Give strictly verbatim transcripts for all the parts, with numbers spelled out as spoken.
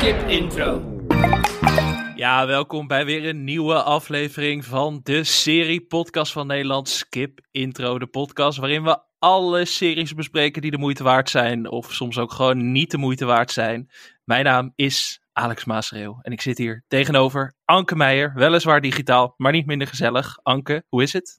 Skip intro. Ja, welkom bij weer een nieuwe aflevering van de serie-podcast van Nederland, Skip Intro. De podcast waarin we alle series bespreken die de moeite waard zijn, of soms ook gewoon niet de moeite waard zijn. Mijn naam is Alex Maasreeuw en ik zit hier tegenover Anke Meijer, weliswaar digitaal, maar niet minder gezellig. Anke, hoe is het?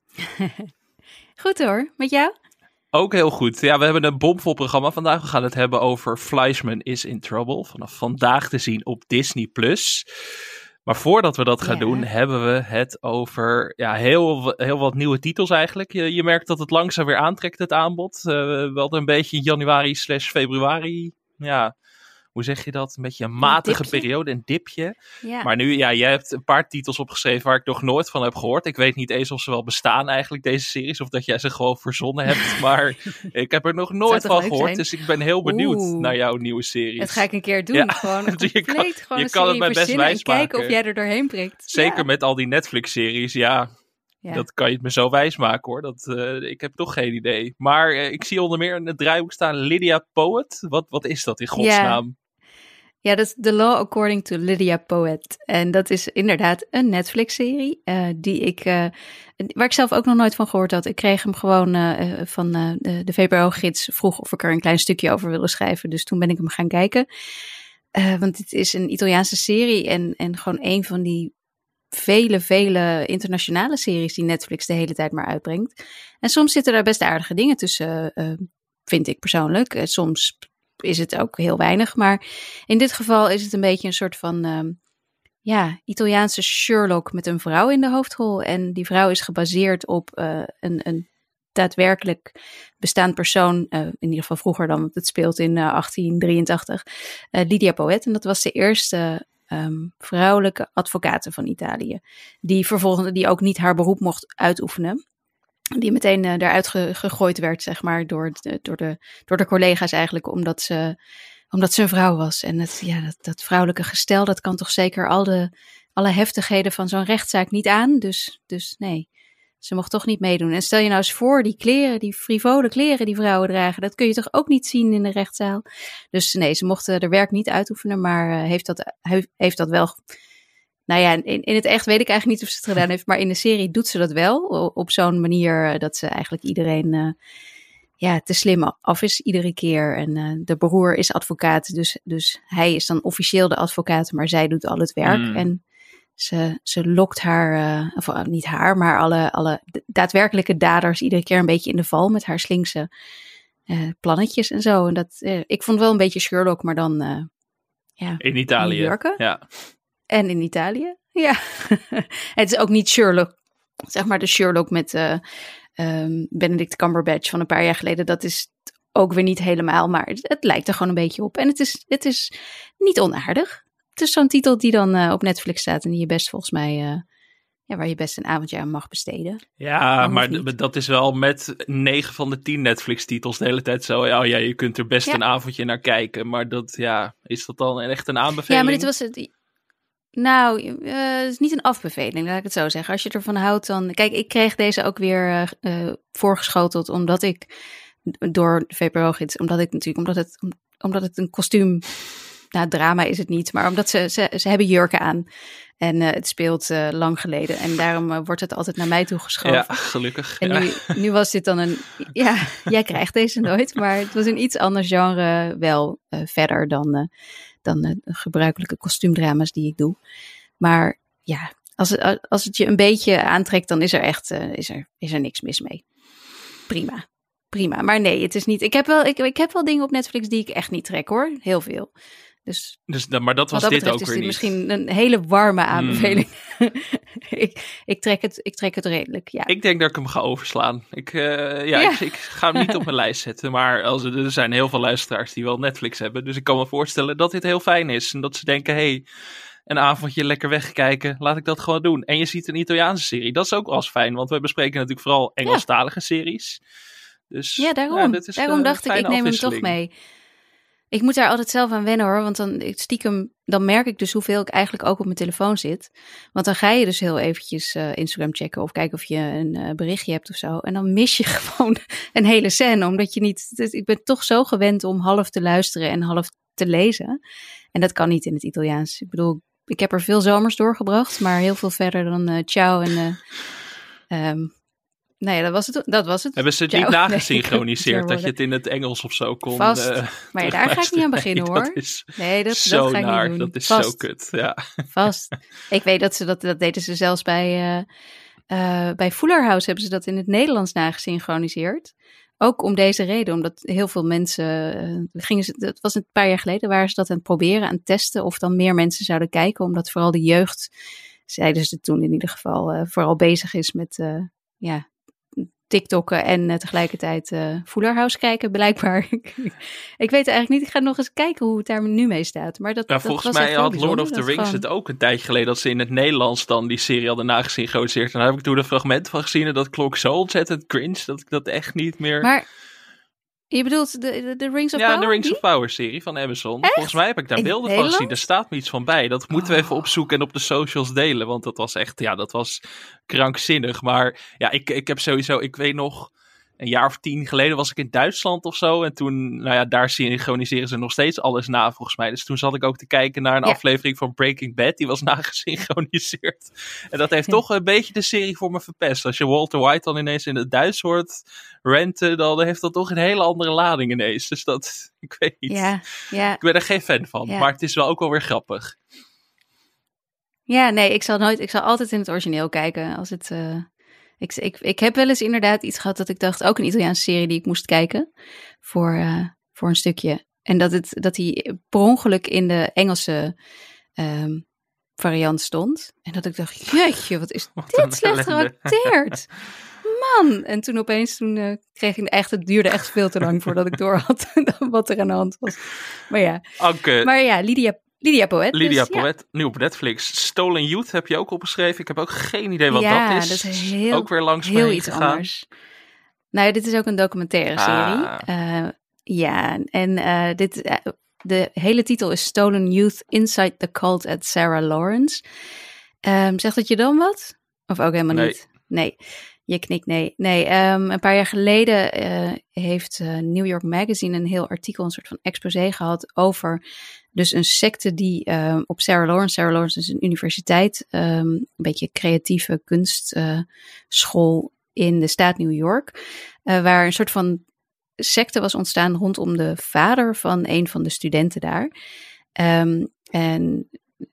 Goed hoor, met jou? Ook heel goed. Ja, we hebben een bomvol programma vandaag. We gaan het hebben over Fleischman is in Trouble. Vanaf vandaag te zien op Disney plus. Maar voordat we dat gaan ja. doen, hebben we het over ja, heel, heel wat nieuwe titels eigenlijk. Je, je merkt dat het langzaam weer aantrekt, het aanbod. Uh, we hadden een beetje januari slash februari. Ja, hoe zeg je dat? Een beetje een matige een periode, een dipje. Ja. Maar nu, ja, jij hebt een paar titels opgeschreven waar ik nog nooit van heb gehoord. Ik weet niet eens of ze wel bestaan eigenlijk, deze series. Of dat jij ze gewoon verzonnen hebt. Maar ik heb er nog nooit van gehoord. Zijn? Dus ik ben heel benieuwd Oeh. naar jouw nieuwe series. Dat ga ik een keer doen. Ja. Gewoon compleet je kan, gewoon je kan het mij best wijs en kijken of jij er doorheen prikt. Zeker ja. met al die Netflix-series, ja. Ja. Dat kan je het me zo wijs maken hoor. Dat, uh, ik heb toch geen idee. Maar uh, ik zie onder meer in het draaiboek staan Lydia Poet. Wat, wat is dat in godsnaam? Ja. Ja, dat is The Law According to Lydia Poet. En dat is inderdaad een Netflix-serie uh, die ik, uh, waar ik zelf ook nog nooit van gehoord had. Ik kreeg hem gewoon uh, van uh, de, de V P R O-gids, vroeg of ik er een klein stukje over wilde schrijven. Dus toen ben ik hem gaan kijken. Uh, want het is een Italiaanse serie en, en gewoon een van die vele, vele internationale series die Netflix de hele tijd maar uitbrengt. En soms zitten daar best aardige dingen tussen, uh, vind ik persoonlijk. Uh, soms is het ook heel weinig, maar in dit geval is het een beetje een soort van um, ja, Italiaanse Sherlock met een vrouw in de hoofdrol. En die vrouw is gebaseerd op uh, een, een daadwerkelijk bestaand persoon, uh, in ieder geval vroeger dan, want het speelt in uh, achttien drieëntachtig, uh, Lydia Poet. En dat was de eerste um, vrouwelijke advocate van Italië, die vervolgens die ook niet haar beroep mocht uitoefenen. Die meteen uh, eruit ge- gegooid werd, zeg maar, door de, door, de, door de collega's eigenlijk, omdat ze, omdat ze een vrouw was. En het, ja, dat, dat vrouwelijke gestel, dat kan toch zeker al de, alle heftigheden van zo'n rechtszaak niet aan. Dus, dus nee, ze mocht toch niet meedoen. En stel je nou eens voor, die kleren, die frivole kleren die vrouwen dragen, dat kun je toch ook niet zien in de rechtszaal. Dus nee, ze mochten er werk niet uitoefenen, maar uh, heeft, dat, heeft dat wel... Nou ja, in, in het echt weet ik eigenlijk niet of ze het gedaan heeft, maar in de serie doet ze dat wel. Op zo'n manier dat ze eigenlijk iedereen uh, ja, te slim af is iedere keer. En uh, de broer is advocaat, dus, dus hij is dan officieel de advocaat, maar zij doet al het werk. Mm. En ze, ze lokt haar, uh, of uh, niet haar, maar alle, alle daadwerkelijke daders iedere keer een beetje in de val met haar slinkse uh, plannetjes en zo. En dat, uh, ik vond wel een beetje Sherlock, maar dan uh, ja, in Italië. New York. Ja. En in Italië, ja. Het is ook niet Sherlock, zeg maar de Sherlock met uh, um, Benedict Cumberbatch van een paar jaar geleden. Dat is ook weer niet helemaal, maar het, het lijkt er gewoon een beetje op. En het is, het is niet onaardig. Het is zo'n titel die dan uh, op Netflix staat en die je best volgens mij, uh, ja, waar je best een avondje aan mag besteden. Ja, maar d- dat is wel met negen van de tien Netflix-titels de hele tijd zo. Ja, oh ja, je kunt er best ja. een avondje naar kijken, maar dat, ja, is dat dan echt een aanbeveling? Ja, maar dit was het. Nou, uh, het is niet een afbeveling, laat ik het zo zeggen. Als je ervan houdt, dan... Kijk, ik kreeg deze ook weer uh, voorgeschoteld, omdat ik... Door de V P R O-gids, omdat ik natuurlijk... Omdat het, om, omdat het een kostuum... Nou, drama is het niet, maar omdat ze... Ze, ze hebben jurken aan. En uh, het speelt uh, lang geleden. En daarom uh, wordt het altijd naar mij toegeschoven. Ja, gelukkig. En ja. nu, nu was dit dan een... Ja, jij krijgt deze nooit, maar het was een iets ander genre wel uh, verder dan... Uh, dan de gebruikelijke kostuumdrama's die ik doe. Maar ja, als het, als het je een beetje aantrekt, dan is er echt uh, is er, is er niks mis mee. Prima, prima. Maar nee, het is niet... Ik heb wel, ik, ik heb wel dingen op Netflix die ik echt niet trek hoor. Heel veel. Dus, dus maar dat was dat dit betreft, ook is weer dit niet. Misschien een hele warme aanbeveling. Mm. ik, ik, trek het, ik trek het redelijk, ja. Ik denk dat ik hem ga overslaan. Ik, uh, ja, ja. Ik, ik ga hem niet op mijn lijst zetten. Maar als er, er zijn heel veel luisteraars die wel Netflix hebben. Dus ik kan me voorstellen dat dit heel fijn is. En dat ze denken, hé, hey, een avondje lekker wegkijken. Laat ik dat gewoon doen. En je ziet een Italiaanse serie. Dat is ook wel eens fijn. Want we bespreken natuurlijk vooral Engelstalige ja. series. Dus, ja, daarom. Ja, dit is daarom dacht ik, ik neem hem toch mee. Ik moet daar altijd zelf aan wennen hoor, want dan stiekem, dan merk ik dus hoeveel ik eigenlijk ook op mijn telefoon zit. Want dan ga je dus heel eventjes uh, Instagram checken of kijken of je een uh, berichtje hebt of zo. En dan mis je gewoon een hele scène, omdat je niet, ik ben toch zo gewend om half te luisteren en half te lezen. En dat kan niet in het Italiaans. Ik bedoel, ik heb er veel zomers doorgebracht, maar heel veel verder dan uh, ciao en... Uh, um, nou ja, dat was het. Dat was het. Hebben ze het ciao. niet nagesynchroniseerd, nee, dat je het in het Engels of zo kon? Vast. Uh, maar ja, daar ga ik niet aan beginnen, nee, hoor. Dat is nee, dat, zo dat ga ik naar, niet doen. dat is Vast. zo kut, ja. Vast. Ik weet dat ze dat, dat deden ze zelfs bij... Uh, Uh, bij Fuller House hebben ze dat in het Nederlands nagesynchroniseerd. Ook om deze reden, omdat heel veel mensen, uh, gingen ze, dat was een paar jaar geleden, waren ze dat aan het proberen, aan het testen of dan meer mensen zouden kijken, omdat vooral de jeugd, zeiden ze toen in ieder geval, uh, vooral bezig is met uh, ja, TikTokken en uh, tegelijkertijd uh, Fuller House kijken, blijkbaar. Ik weet eigenlijk niet, ik ga nog eens kijken hoe het daar nu mee staat. Maar dat, ja, dat volgens was mij had Lord of the Rings gewoon... het ook een tijdje geleden, dat ze in het Nederlands dan die serie hadden nagesynchroniseerd. En daar heb ik toen een fragment van gezien en dat klonk zo ontzettend cringe, dat ik dat echt niet meer... Maar... Je bedoelt de, de, de Rings of ja, Power? Ja, de Rings die? of Power serie van Amazon. Echt? Volgens mij heb ik daar In beelden Nederland? van gezien. Er staat me iets van bij. Dat moeten we Oh. even opzoeken en op de socials delen. Want dat was echt, ja, dat was krankzinnig. Maar ja, ik, ik heb sowieso, ik weet nog, een jaar of tien geleden was ik in Duitsland of zo. En toen, nou ja, daar synchroniseren ze nog steeds alles na, volgens mij. Dus toen zat ik ook te kijken naar een ja. aflevering van Breaking Bad. Die was nagesynchroniseerd. En dat heeft ja. toch een beetje de serie voor me verpest. Als je Walter White dan ineens in het Duits hoort renten, dan heeft dat toch een hele andere lading ineens. Dus dat, ik weet niet. Ja, ja. Ik ben er geen fan van. Ja. Maar het is wel ook wel weer grappig. Ja, nee, ik zal nooit, ik zal altijd in het origineel kijken. Als het... Uh... Ik, ik, ik heb wel eens inderdaad iets gehad dat ik dacht, ook een Italiaanse serie die ik moest kijken voor, uh, voor een stukje. En dat, het, dat die per ongeluk in de Engelse um, variant stond. En dat ik dacht, jeetje, wat is wat dit slecht geacteerd. Man! En toen opeens toen, uh, kreeg ik echt, het duurde echt veel te lang voordat ik door had wat er aan de hand was. Maar ja, Anke. Maar ja Lydia Lydia Poët. Lydia dus, Poët, ja. Nu op Netflix. Stolen Youth heb je ook opgeschreven. Ik heb ook geen idee wat ja, dat is. dat is heel, ook weer langs heel me iets gegaan. anders. Nou, dit is ook een documentaire serie. Ah. Uh, ja, en uh, dit, uh, de hele titel is Stolen Youth Inside the Cult at Sarah Lawrence. Um, zegt dat je dan wat? Of ook helemaal nee. niet? Nee. Je knikt nee. Nee, um, een paar jaar geleden uh, heeft uh, New York Magazine een heel artikel, een soort van exposé gehad over dus een secte die uh, op Sarah Lawrence, Sarah Lawrence is een universiteit, um, een beetje creatieve kunstschool uh, in de staat New York, uh, waar een soort van secte was ontstaan rondom de vader van een van de studenten daar. Um, en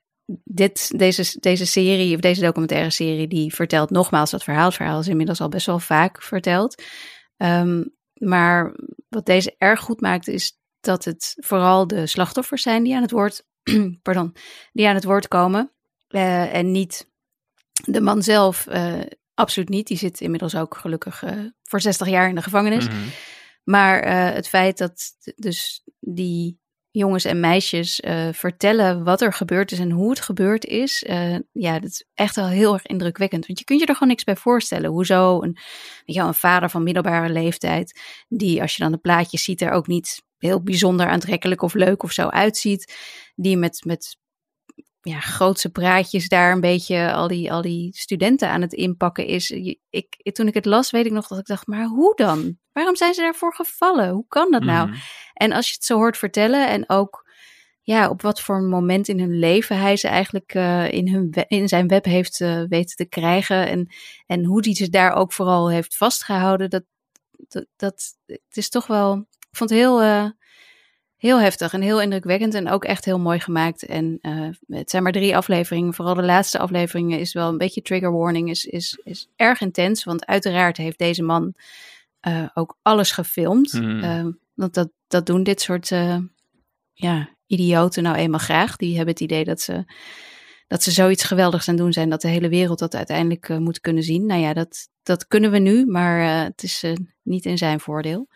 Dit, deze, deze serie, of deze documentaire serie, die vertelt nogmaals dat verhaal. Het verhaal is inmiddels al best wel vaak verteld. Um, maar wat deze erg goed maakt, is dat het vooral de slachtoffers zijn die aan het woord, pardon, die aan het woord komen. Uh, en niet de man zelf, uh, absoluut niet. Die zit inmiddels ook gelukkig uh, voor zestig jaar in de gevangenis. Mm-hmm. Maar uh, het feit dat dus die jongens en meisjes uh, vertellen wat er gebeurd is en hoe het gebeurd is. Uh, ja, dat is echt wel heel erg indrukwekkend. Want je kunt je er gewoon niks bij voorstellen. Hoezo een, weet je wel, een vader van middelbare leeftijd, die als je dan de plaatjes ziet er ook niet heel bijzonder aantrekkelijk of leuk of zo uitziet. Die met, met ja, grootse praatjes daar een beetje al die, al die studenten aan het inpakken is. Ik, toen ik het las, weet ik nog dat ik dacht, maar hoe dan? Waarom zijn ze daarvoor gevallen? Hoe kan dat nou? Mm. En als je het zo hoort vertellen en ook ja, op wat voor een moment in hun leven hij ze eigenlijk uh, in, hun we- in zijn web heeft uh, weten te krijgen. En, en hoe die ze daar ook vooral heeft vastgehouden. Dat, dat, dat het is toch wel, ik vond het heel, uh, heel heftig en heel indrukwekkend en ook echt heel mooi gemaakt. En uh, het zijn maar drie afleveringen. Vooral de laatste afleveringen is wel een beetje trigger warning. Is, is, is erg intens, want uiteraard heeft deze man uh, ook alles gefilmd. Mm. Uh, want dat, dat doen dit soort uh, ja, idioten nou eenmaal graag. Die hebben het idee dat ze, dat ze zoiets geweldigs aan doen zijn, dat de hele wereld dat uiteindelijk uh, moet kunnen zien. Nou ja, dat, dat kunnen we nu, maar uh, het is uh, niet in zijn voordeel.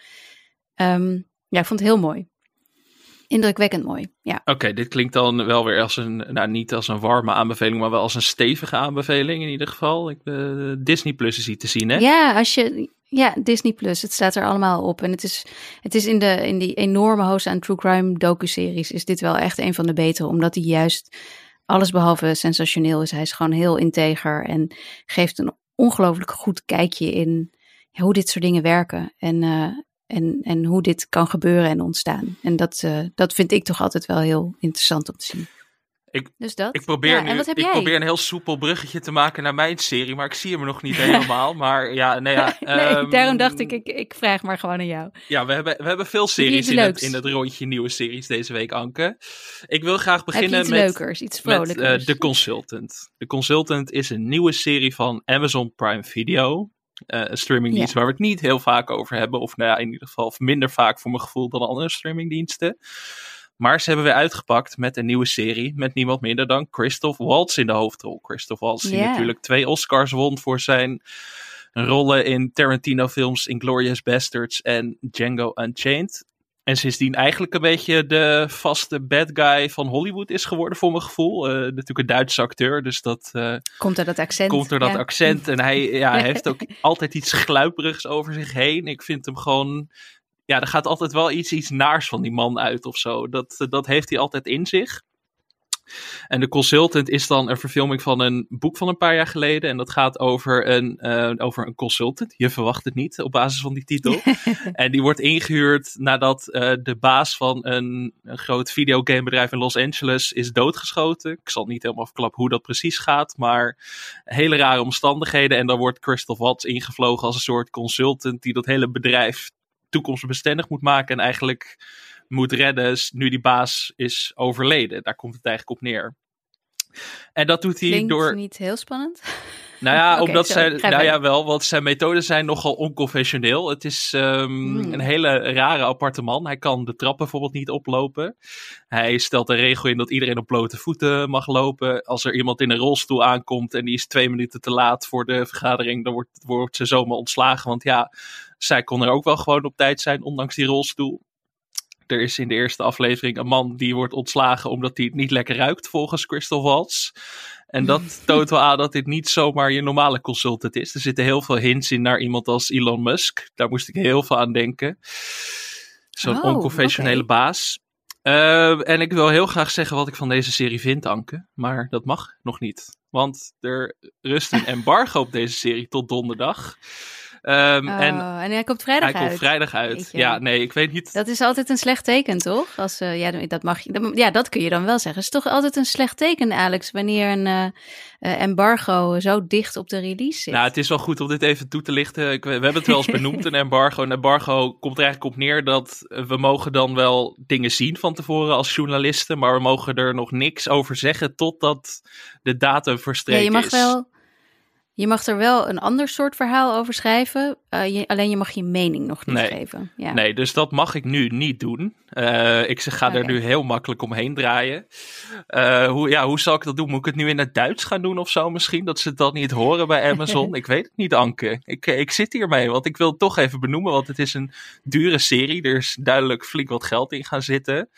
Um, ja, ik vond het heel mooi. Indrukwekkend mooi, ja. Oké, okay, dit klinkt dan wel weer als een, nou niet als een warme aanbeveling, maar wel als een stevige aanbeveling in ieder geval. Ik, uh, Disney Plus is hier te zien, hè? Ja, als je, ja, Disney Plus, het staat er allemaal op. En het is, het is in, de, in die enorme host aan true crime docu-series is dit wel echt een van de betere, omdat hij juist alles behalve sensationeel is. Hij is gewoon heel integer en geeft een ongelooflijk goed kijkje in ja, hoe dit soort dingen werken. En uh, en, en hoe dit kan gebeuren en ontstaan. En dat, uh, dat vind ik toch altijd wel heel interessant om te zien. Ik, dus dat. ik, probeer, ja, nu, en wat heb ik jij? probeer een heel soepel bruggetje te maken naar mijn serie, maar ik zie hem nog niet helemaal. Maar ja, nee, ja, nee, um, daarom dacht ik, ik, ik vraag maar gewoon aan jou. Ja, we hebben, we hebben veel series in het, in het rondje nieuwe series deze week, Anke. Ik wil graag beginnen iets met, leukers, iets vrolijkers. met uh, The Consultant. The Consultant is een nieuwe serie van Amazon Prime Video. Uh, een streamingdienst ja. waar we het niet heel vaak over hebben. Of nou ja, in ieder geval minder vaak voor mijn gevoel dan andere streamingdiensten. Maar ze hebben weer uitgepakt met een nieuwe serie met niemand minder dan Christoph Waltz in de hoofdrol. Christoph Waltz die yeah. natuurlijk twee Oscars won voor zijn rollen in Tarantino-films Inglourious Basterds en Django Unchained. En sindsdien eigenlijk een beetje de vaste bad guy van Hollywood is geworden voor mijn gevoel. Uh, natuurlijk een Duitse acteur, dus dat... Uh, komt door dat accent. Komt door dat ja. accent. En hij, ja, hij heeft ook altijd iets gluiperigs over zich heen. Ik vind hem gewoon... Ja, er gaat altijd wel iets, iets naars van die man uit of zo. Dat, dat heeft hij altijd in zich. En The Consultant is dan een verfilming van een boek van een paar jaar geleden. En dat gaat over een, uh, over een consultant. Je verwacht het niet op basis van die titel. En die wordt ingehuurd nadat uh, de baas van een, een groot videogamebedrijf in Los Angeles is doodgeschoten. Ik zal niet helemaal verklappen hoe dat precies gaat. Maar hele rare omstandigheden. En dan wordt Christoph Waltz ingevlogen als een soort consultant die dat hele bedrijf toekomstbestendig moet maken en eigenlijk moet redden nu die baas is overleden. Daar komt het eigenlijk op neer. En dat doet hij Klinkt door... niet heel spannend. Nou ja, okay, omdat sorry, zijn... Nou ja, wel, want zijn methoden zijn nogal onconventioneel. Het is um, hmm. een hele rare aparte man. Hij kan de trap bijvoorbeeld niet oplopen. Hij stelt een regel in dat iedereen op blote voeten mag lopen. Als er iemand in een rolstoel aankomt en die is twee minuten te laat voor de vergadering, dan wordt, wordt ze zomaar ontslagen. Want ja, zij kon er ook wel gewoon op tijd zijn, ondanks die rolstoel. Er is in de eerste aflevering een man die wordt ontslagen omdat hij het niet lekker ruikt, volgens Christoph Waltz. En dat toont wel aan dat dit niet zomaar je normale consultant is. Er zitten heel veel hints in naar iemand als Elon Musk. Daar moest ik heel veel aan denken. Zo'n oh, onconventionele okay. baas. Uh, en ik wil heel graag zeggen wat ik van deze serie vind, Anke. Maar dat mag nog niet. Want er rust een embargo op deze serie tot donderdag. Um, oh, en, en hij komt vrijdag hij uit. komt vrijdag uit. Ja, nee, ik weet niet. Dat is altijd een slecht teken, toch? Als, uh, ja, dat mag je, dat, ja, dat kun je dan wel zeggen. Het is toch altijd een slecht teken, Alex, wanneer een uh, uh, embargo zo dicht op de release zit. Nou, het is wel goed om dit even toe te lichten. Ik, we hebben het wel eens benoemd, een embargo. Een embargo komt er eigenlijk op neer dat we mogen dan wel dingen zien van tevoren als journalisten, maar we mogen er nog niks over zeggen totdat de datum verstreken is. Ja, je mag is. wel... Je mag er wel een ander soort verhaal over schrijven, uh, je, alleen je mag je mening nog niet nee. geven. Ja. Nee, dus dat mag ik nu niet doen. Uh, ik ga okay. er nu heel makkelijk omheen draaien. Uh, hoe, ja, hoe zal ik dat doen? Moet ik het nu in het Duits gaan doen of zo misschien? Dat ze dat niet horen bij Amazon? Ik weet het niet, Anke. Ik, ik zit hiermee, want ik wil het toch even benoemen, want het is een dure serie. Er is duidelijk flink wat geld in gaan zitten.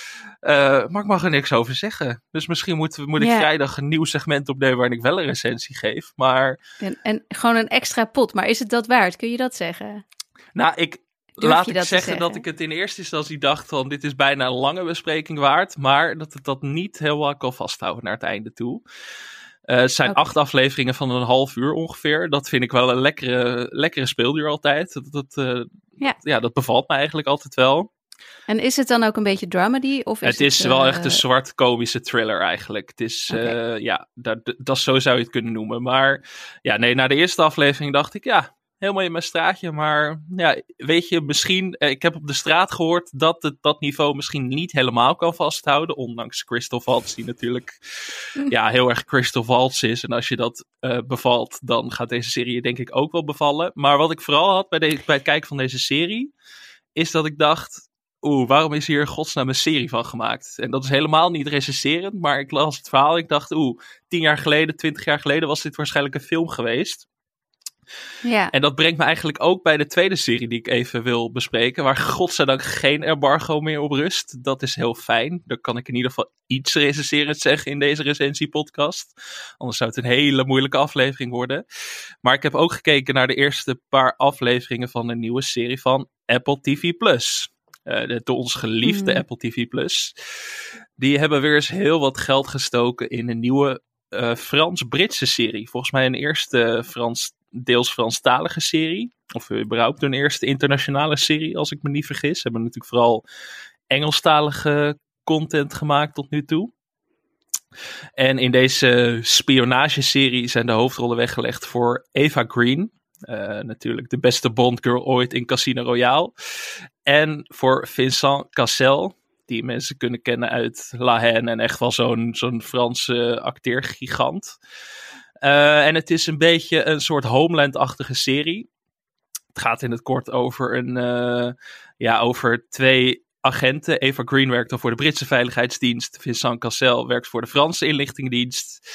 Uh, maar ik mag er niks over zeggen. Dus misschien moet, moet ik ja. vrijdag een nieuw segment opnemen waarin ik wel een recensie geef. Maar... En, en gewoon een extra pot. Maar is het dat waard? Kun je dat zeggen? Nou, ik... Durf Laat ik zeggen, zeggen dat ik het in eerste instantie dacht van dit is bijna een lange bespreking waard. Maar dat het dat niet helemaal kan vasthouden naar het einde toe. Uh, het zijn okay. acht afleveringen van een half uur ongeveer. Dat vind ik wel een lekkere, lekkere speelduur altijd. Dat, dat, uh, ja. ja, dat bevalt me eigenlijk altijd wel. En is het dan ook een beetje dramedy? Of is het is het, wel uh... echt een zwart komische thriller eigenlijk. Het is, okay. uh, ja, dat, dat zo zou je het kunnen noemen. Maar ja, nee, na de eerste aflevering dacht ik, ja, helemaal in mijn straatje. Maar ja, weet je, misschien, ik heb op de straat gehoord dat het dat niveau misschien niet helemaal kan vasthouden. Ondanks Christoph Waltz, die natuurlijk ja, heel erg Christoph Waltz is. En als je dat uh, bevalt, dan gaat deze serie je denk ik ook wel bevallen. Maar wat ik vooral had bij, de, bij het kijken van deze serie, is dat ik dacht, oeh, waarom is hier in godsnaam een serie van gemaakt? En dat is helemaal niet recenserend, maar ik las het verhaal en ik dacht, oeh, tien jaar geleden, twintig jaar geleden was dit waarschijnlijk een film geweest. Ja. En dat brengt me eigenlijk ook bij de tweede serie die ik even wil bespreken, waar godzijdank geen embargo meer op rust. Dat is heel fijn. Dan kan ik in ieder geval iets recenserend zeggen in deze recensiepodcast. Anders zou het een hele moeilijke aflevering worden. Maar ik heb ook gekeken naar de eerste paar afleveringen van een nieuwe serie van Apple T V plus. Uh, de, de ons geliefde mm. Apple T V plus. Die hebben weer eens heel wat geld gestoken in een nieuwe uh, Frans-Britse serie. Volgens mij een eerste Frans deels Franstalige serie. Of überhaupt hun eerste internationale serie, als ik me niet vergis. Ze hebben natuurlijk vooral Engelstalige content gemaakt tot nu toe. En in deze spionageserie zijn de hoofdrollen weggelegd voor Eva Green. Uh, natuurlijk de beste Bond-girl ooit in Casino Royale. En voor Vincent Cassel, die mensen kunnen kennen uit La Haine en echt wel zo'n, zo'n Franse acteergigant. Uh, en het is een beetje een soort Homeland-achtige serie. Het gaat in het kort over, een, uh, ja, over twee agenten. Eva Green werkt dan voor de Britse Veiligheidsdienst. Vincent Cassel werkt voor de Franse inlichtingendienst.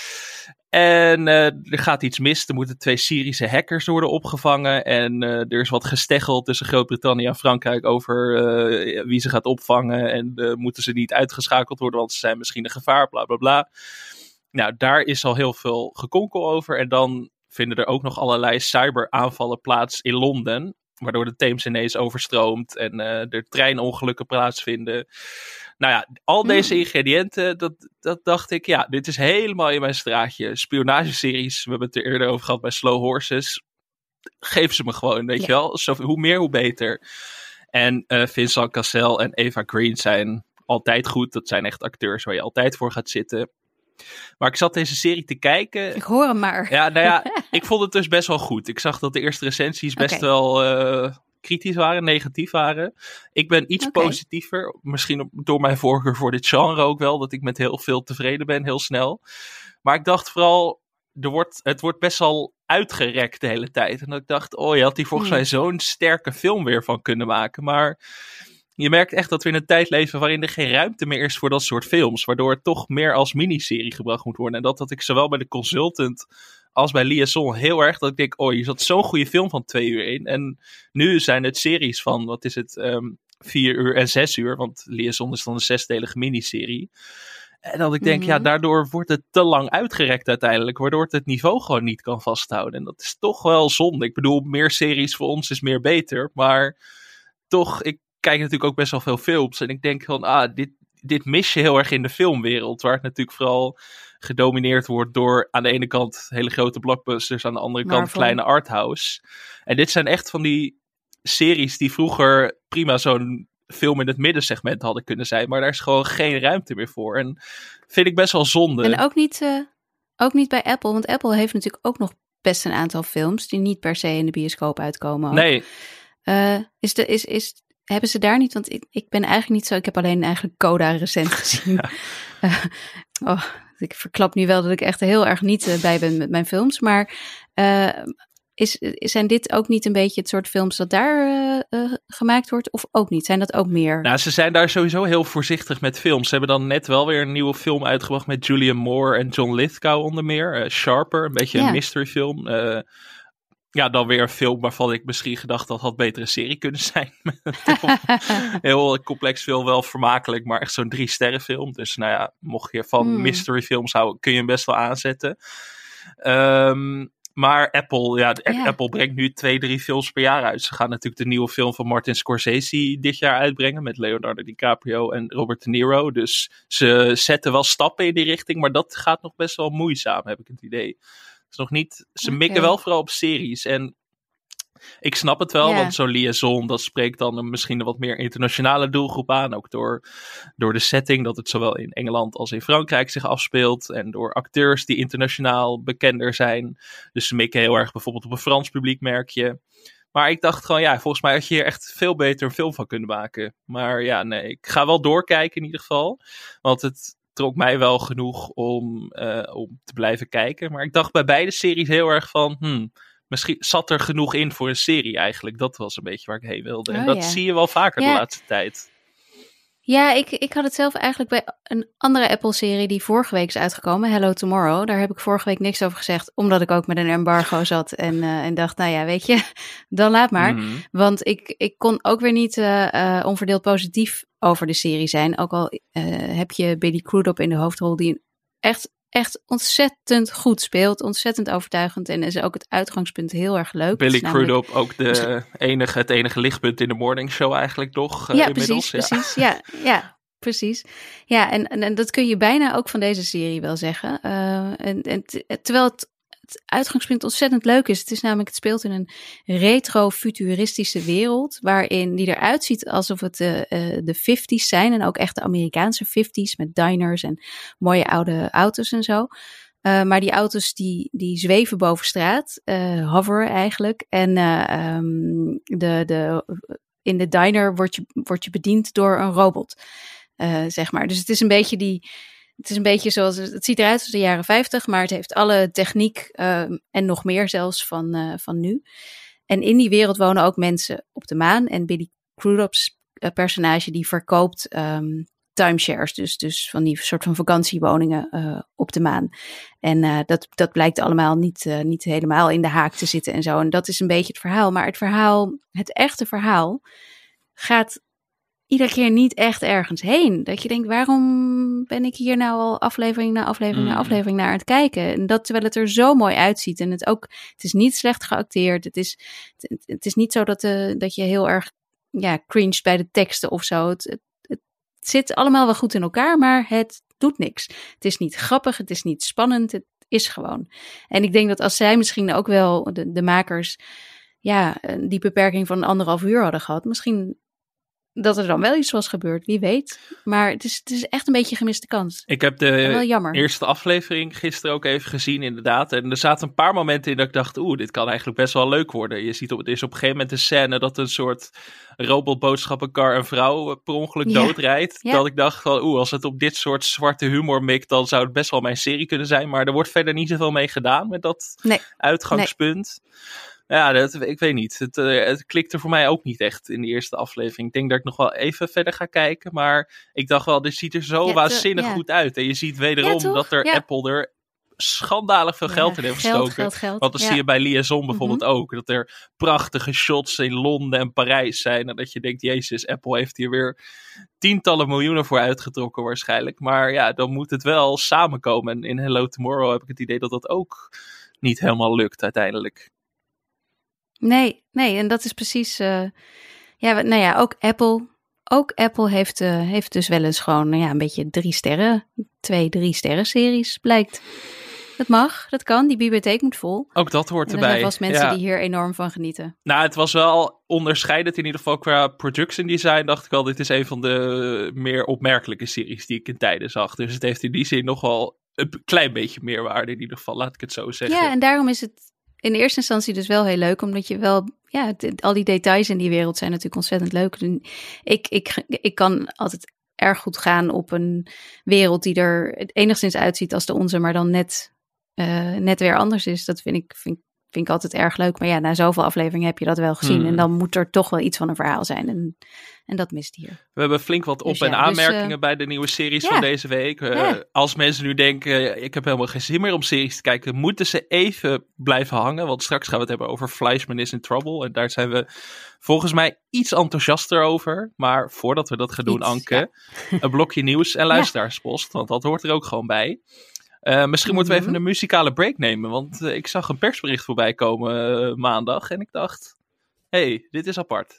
En uh, er gaat iets mis. Er moeten twee Syrische hackers worden opgevangen. En uh, er is wat gesteggeld tussen Groot-Brittannië en Frankrijk over uh, wie ze gaat opvangen. En uh, moeten ze niet uitgeschakeld worden, want ze zijn misschien een gevaar, bla bla bla. Nou, daar is al heel veel gekonkel over. En dan vinden er ook nog allerlei cyberaanvallen plaats in Londen. Waardoor de Theems ineens overstroomt en uh, er treinongelukken plaatsvinden. Nou ja, al deze ingrediënten, dat, dat dacht ik, ja, dit is helemaal in mijn straatje. Spionageseries, we hebben het er eerder over gehad bij Slow Horses. Geef ze me gewoon, weet ja. je wel. Zo, hoe meer, hoe beter. En uh, Vincent Cassel en Eva Green zijn altijd goed. Dat zijn echt acteurs waar je altijd voor gaat zitten. Maar ik zat deze serie te kijken. Ik hoor hem maar. Ja, nou ja, ik vond het dus best wel goed. Ik zag dat de eerste recensies best okay. wel uh, kritisch waren, negatief waren. Ik ben iets okay. positiever. Misschien door mijn voorkeur voor dit genre ook wel. Dat ik met heel veel tevreden ben, heel snel. Maar ik dacht vooral, er wordt, het wordt best wel uitgerekt de hele tijd. En dat ik dacht, oh je had hier volgens hmm. mij zo'n sterke film weer van kunnen maken. Maar je merkt echt dat we in een tijd leven waarin er geen ruimte meer is voor dat soort films. Waardoor het toch meer als miniserie gebracht moet worden. En dat had ik zowel bij The Consultant als bij Liaison heel erg. Dat ik denk, oh, je zat zo'n goede film van twee uur in. En nu zijn het series van, wat is het, um, vier uur en zes uur. Want Liaison is dan een zesdelige miniserie. En dat ik denk, mm-hmm. ja, daardoor wordt het te lang uitgerekt uiteindelijk. Waardoor het het niveau gewoon niet kan vasthouden. En dat is toch wel zonde. Ik bedoel, meer series voor ons is meer beter. Maar toch, ik kijk natuurlijk ook best wel veel films. En ik denk van, ah, dit, dit mis je heel erg in de filmwereld. Waar het natuurlijk vooral gedomineerd wordt door aan de ene kant hele grote blockbusters. Aan de andere kant Marvel. Kleine arthouse. En dit zijn echt van die series die vroeger prima zo'n film in het middensegment hadden kunnen zijn. Maar daar is gewoon geen ruimte meer voor. En vind ik best wel zonde. En ook niet, uh, ook niet bij Apple. Want Apple heeft natuurlijk ook nog best een aantal films die niet per se in de bioscoop uitkomen. Ook. Nee. Uh, is de, is, is, hebben ze daar niet? Want ik, ik ben eigenlijk niet zo. Ik heb alleen eigenlijk Coda recent gezien. Ja. Uh, oh, ik verklap nu wel dat ik echt heel erg niet uh, bij ben met mijn films. Maar uh, is, zijn dit ook niet een beetje het soort films dat daar uh, uh, gemaakt wordt? Of ook niet? Zijn dat ook meer? Nou, ze zijn daar sowieso heel voorzichtig met films. Ze hebben dan net wel weer een nieuwe film uitgebracht met Julianne Moore en John Lithgow onder meer. Uh, Sharper, een beetje ja. een mystery film. Uh, Ja, dan weer een film waarvan ik misschien gedacht dat had betere serie kunnen zijn. Heel complex film, wel vermakelijk, maar echt zo'n drie sterren film. Dus nou ja, mocht je van hmm. mystery films houden, kun je hem best wel aanzetten. Um, maar Apple, ja, ja, Apple brengt nu twee, drie films per jaar uit. Ze gaan natuurlijk de nieuwe film van Martin Scorsese dit jaar uitbrengen met Leonardo DiCaprio en Robert De Niro. Dus ze zetten wel stappen in die richting, maar dat gaat nog best wel moeizaam, heb ik het idee. Is nog niet, ze okay. mikken wel vooral op series. En ik snap het wel, yeah. want zo'n Liaison, dat spreekt dan een, misschien een wat meer internationale doelgroep aan. Ook door, door de setting, dat het zowel in Engeland als in Frankrijk zich afspeelt. En door acteurs die internationaal bekender zijn. Dus ze mikken heel erg bijvoorbeeld op een Frans publiek, merk je. Maar ik dacht gewoon, ja, volgens mij had je hier echt veel beter een film van kunnen maken. Maar ja, nee, ik ga wel doorkijken in ieder geval. Want het trok mij wel genoeg om, uh, om te blijven kijken. Maar ik dacht bij beide series heel erg van, hmm, misschien zat er genoeg in voor een serie eigenlijk. Dat was een beetje waar ik heen wilde. En oh, dat ja. zie je wel vaker ja. de laatste tijd. Ja, ik, ik had het zelf eigenlijk bij een andere Apple-serie die vorige week is uitgekomen, Hello Tomorrow. Daar heb ik vorige week niks over gezegd, omdat ik ook met een embargo zat en, uh, en dacht, nou ja, weet je, dan laat maar. Mm-hmm. Want ik, ik kon ook weer niet uh, uh, onverdeeld positief over de serie zijn. Ook al uh, heb je Billy Crudup in de hoofdrol die echt, echt ontzettend goed speelt. Ontzettend overtuigend en is ook het uitgangspunt heel erg leuk. Billy namelijk Crudup, ook de enige, het enige lichtpunt in de morning show eigenlijk toch? Uh, ja, inmiddels. Precies, ja, precies. Ja, ja, precies. Ja, en, en, en dat kun je bijna ook van deze serie wel zeggen. Uh, en, en t- terwijl het, het uitgangspunt ontzettend leuk is. Het is namelijk, het speelt in een retro-futuristische wereld, waarin die eruit ziet alsof het uh, uh, de vijftiger zijn. En ook echt de Amerikaanse vijftigers met diners en mooie oude auto's en zo. Uh, maar die auto's die, die zweven boven straat, uh, hoveren eigenlijk. En uh, um, de, de, in de diner word je, word je bediend door een robot, uh, zeg maar. Dus het is een beetje die... Het is een beetje zoals, het ziet eruit als de jaren vijftig, maar het heeft alle techniek uh, en nog meer zelfs van, uh, van nu. En in die wereld wonen ook mensen op de maan. En Billy Crudup's uh, personage die verkoopt um, timeshares, dus, dus van die soort van vakantiewoningen uh, op de maan. En uh, dat, dat blijkt allemaal niet, uh, niet helemaal in de haak te zitten en zo. En dat is een beetje het verhaal. Maar het verhaal, het echte verhaal, gaat iedere keer niet echt ergens heen. Dat je denkt, waarom ben ik hier nou al aflevering na aflevering mm. na aflevering naar aan het kijken? En dat terwijl het er zo mooi uitziet. En het ook, het is niet slecht geacteerd. Het is, het, het is niet zo dat, uh, dat je heel erg ja, cringed bij de teksten of zo. Het, het, het zit allemaal wel goed in elkaar, maar het doet niks. Het is niet grappig, het is niet spannend, het is gewoon. En ik denk dat als zij misschien ook wel, de, de makers, ja, die beperking van anderhalf uur hadden gehad, misschien dat er dan wel iets was gebeurd, wie weet. Maar het is, het is echt een beetje een gemiste kans. Ik heb de eerste aflevering gisteren ook even gezien, inderdaad. En er zaten een paar momenten in dat ik dacht, oeh, dit kan eigenlijk best wel leuk worden. Je ziet op, er is op een gegeven moment een scène dat een soort robotboodschappenkar een vrouw per ongeluk ja. doodrijdt. Ja. Dat ik dacht van, oeh, als het op dit soort zwarte humor mikt, dan zou het best wel mijn serie kunnen zijn. Maar er wordt verder niet zoveel mee gedaan met dat nee. uitgangspunt. Nee. Ja, dat, ik weet niet. Het, uh, het klikte voor mij ook niet echt in de eerste aflevering. Ik denk dat ik nog wel even verder ga kijken. Maar ik dacht wel, dit ziet er zo ja, waanzinnig ja. goed uit. En je ziet wederom ja, dat er ja. Apple er schandalig veel ja, geld in heeft gestoken. Geld, geld, geld. Want dan ja. zie je bij Liaison bijvoorbeeld mm-hmm. ook. Dat er prachtige shots in Londen en Parijs zijn. En dat je denkt, jezus, Apple heeft hier weer tientallen miljoenen voor uitgetrokken waarschijnlijk. Maar ja, dan moet het wel samenkomen. En in Hello Tomorrow heb ik het idee dat dat ook niet helemaal lukt uiteindelijk. Nee, nee, en dat is precies, uh, ja, nou ja, ook Apple, ook Apple heeft, uh, heeft dus wel eens gewoon, nou ja, een beetje drie sterren, twee, drie sterren series, blijkt. Dat mag, dat kan, die bibliotheek moet vol. Ook dat hoort en erbij. Er zijn vast mensen ja. die hier enorm van genieten. Nou, het was wel onderscheidend, in ieder geval qua production design, dacht ik al, dit is een van de meer opmerkelijke series die ik in tijden zag. Dus het heeft in die zin nog wel een klein beetje meerwaarde in ieder geval, laat ik het zo zeggen. Ja, en daarom is het in eerste instantie dus wel heel leuk, omdat je wel, ja, het, al die details in die wereld zijn natuurlijk ontzettend leuk. En ik, ik, ik kan altijd erg goed gaan op een wereld die er enigszins uitziet als de onze, maar dan net, uh, net weer anders is. Dat vind ik, vind, vind ik altijd erg leuk. Maar ja, na zoveel afleveringen heb je dat wel gezien. Hmm. En dan moet er toch wel iets van een verhaal zijn. En, en dat mist hier. We hebben flink wat op- dus en ja, aanmerkingen dus, uh, bij de nieuwe series ja. van deze week. Uh, ja. Als mensen nu denken, ik heb helemaal geen zin meer om series te kijken, moeten ze even blijven hangen. Want straks gaan we het hebben over Fleischman is in Trouble. En daar zijn we volgens mij iets enthousiaster over. Maar voordat we dat gaan doen, iets, Anke, ja. een blokje nieuws en luisteraarspost. Want dat hoort er ook gewoon bij. Uh, misschien moeten we even een muzikale break nemen. Want uh, ik zag een persbericht voorbij komen uh, maandag. En ik dacht, hé, hey, dit is apart.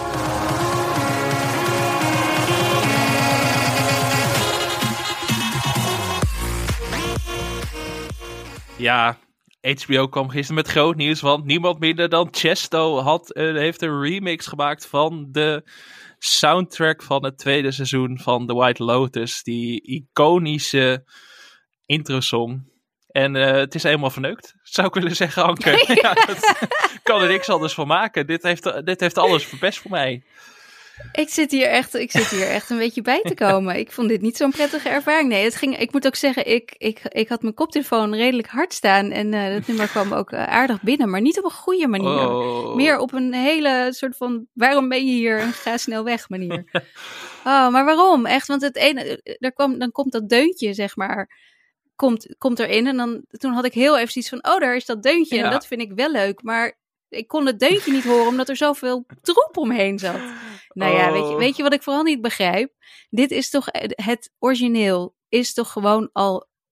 Ja, H B O kwam gisteren met groot nieuws. Want niemand minder dan Chesto had, uh, heeft een remix gemaakt van de soundtrack van het tweede seizoen van The White Lotus. Die iconische introsong. En uh, het is helemaal verneukt, zou ik willen zeggen, Anke. Ja, dat kan er niks anders van maken. Dit heeft, dit heeft alles verpest voor mij. Ik zit hier echt, ik zit hier echt een beetje bij te komen. Ik vond dit niet zo'n prettige ervaring. Nee, het ging, ik moet ook zeggen, ik, ik, ik had mijn koptelefoon redelijk hard staan. En uh, dat nummer kwam ook uh, aardig binnen. Maar niet op een goede manier. Oh. Meer op een hele soort van, waarom ben je hier? En ga snel weg manier. Oh, maar waarom? Echt, want het ene, er kwam, dan komt dat deuntje, zeg maar, komt, komt erin. En dan, toen had ik heel even zoiets van, oh, daar is dat deuntje. Ja. En dat vind ik wel leuk. Maar ik kon het deuntje niet horen, omdat er zoveel troep omheen zat. Nou ja, oh. weet je, weet je wat ik vooral niet begrijp? Dit is toch, het origineel is toch gewoon al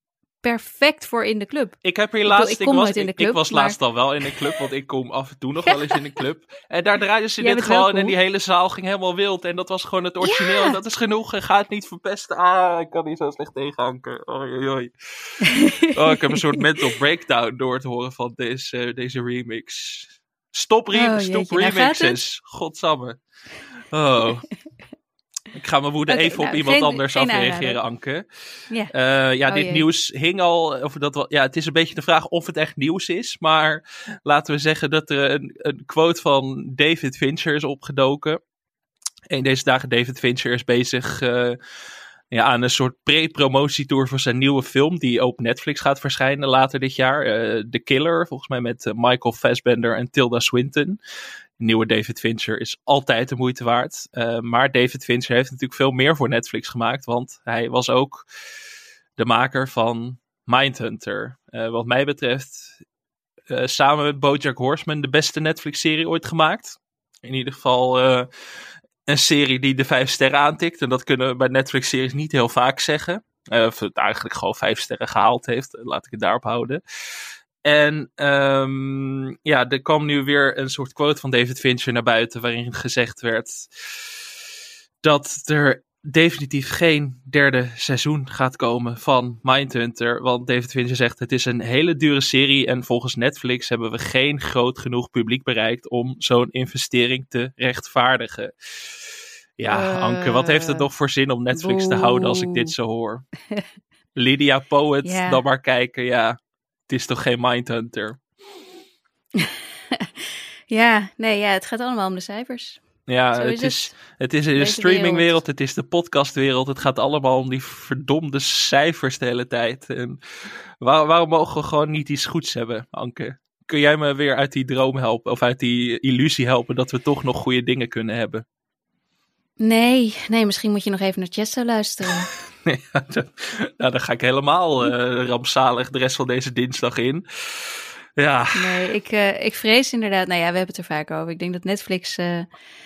perfect voor in de club. Ik heb hier Ik laatst, bedoel, ik ik, kom was, nooit in de ik, club, ik was maar- laatst al wel in de club, want ik kom af en toe nog wel eens in de club. En daar draaiden ze Jij dit bent wel gewoon en cool. die hele zaal ging helemaal wild. En dat was gewoon het origineel Ja. en dat is genoeg en ga het niet verpesten. Ah, ik kan niet zo slecht tegenhanken. Oei, oei, oei. Oh, ik heb een soort mental breakdown door te horen van deze, deze remix. Stop, re- Oh, stop jeetje, nou gaat remixes. Godsamme. Oh. Ik ga mijn woede Oké, even op nou, iemand geen- anders geen afreageren, aanrader. Anke. Ja. Eh, ja, Oh, dit jee. nieuws hing al. Of dat wel, ja, het is een beetje de vraag of het echt nieuws is. Maar laten we zeggen dat er een, een quote van David Fincher is opgedoken. En deze dagen David Fincher is bezig eh, ja, aan een soort pre-promotietour voor zijn nieuwe film. Die op Netflix gaat verschijnen later dit jaar. Eh, The Killer, volgens mij met eh, Michael Fassbender en Tilda Swinton. De nieuwe David Fincher is altijd de moeite waard. Uh, maar David Fincher heeft natuurlijk veel meer voor Netflix gemaakt. Want hij was ook de maker van Mindhunter. Uh, wat mij betreft uh, samen met BoJack Horseman de beste Netflix-serie ooit gemaakt. In ieder geval uh, een serie die de vijf sterren aantikt. En dat kunnen we bij Netflix-series niet heel vaak zeggen. Uh, of het eigenlijk gewoon vijf sterren gehaald heeft. Laat ik het daarop houden. En um, ja, er kwam nu weer een soort quote van David Fincher naar buiten, waarin gezegd werd dat er definitief geen derde seizoen gaat komen van Mindhunter. Want David Fincher zegt, het is een hele dure serie en volgens Netflix hebben we geen groot genoeg publiek bereikt om zo'n investering te rechtvaardigen. Ja, uh, Anke, wat heeft het nog voor zin om Netflix boe. te houden als ik dit zo hoor? Lydia Poet, ja. Dan maar kijken, ja. Het is toch geen Mindhunter? ja, nee, ja, het gaat allemaal om de cijfers. Ja, het, het is, het is in de streamingwereld, het is de podcastwereld. Het gaat allemaal om die verdomde cijfers de hele tijd. En waar, waarom mogen we gewoon niet iets goeds hebben, Anke? Kun jij me weer uit die droom helpen? Of uit die illusie helpen dat we toch nog goede dingen kunnen hebben? Nee, nee, misschien moet je nog even naar Chesto luisteren. Ja, dan, nou, dan ga ik helemaal uh, rampzalig de rest van deze dinsdag in. Ja. Nee, ik, uh, ik vrees inderdaad, nou ja, we hebben het er vaak over. Ik denk dat Netflix, uh,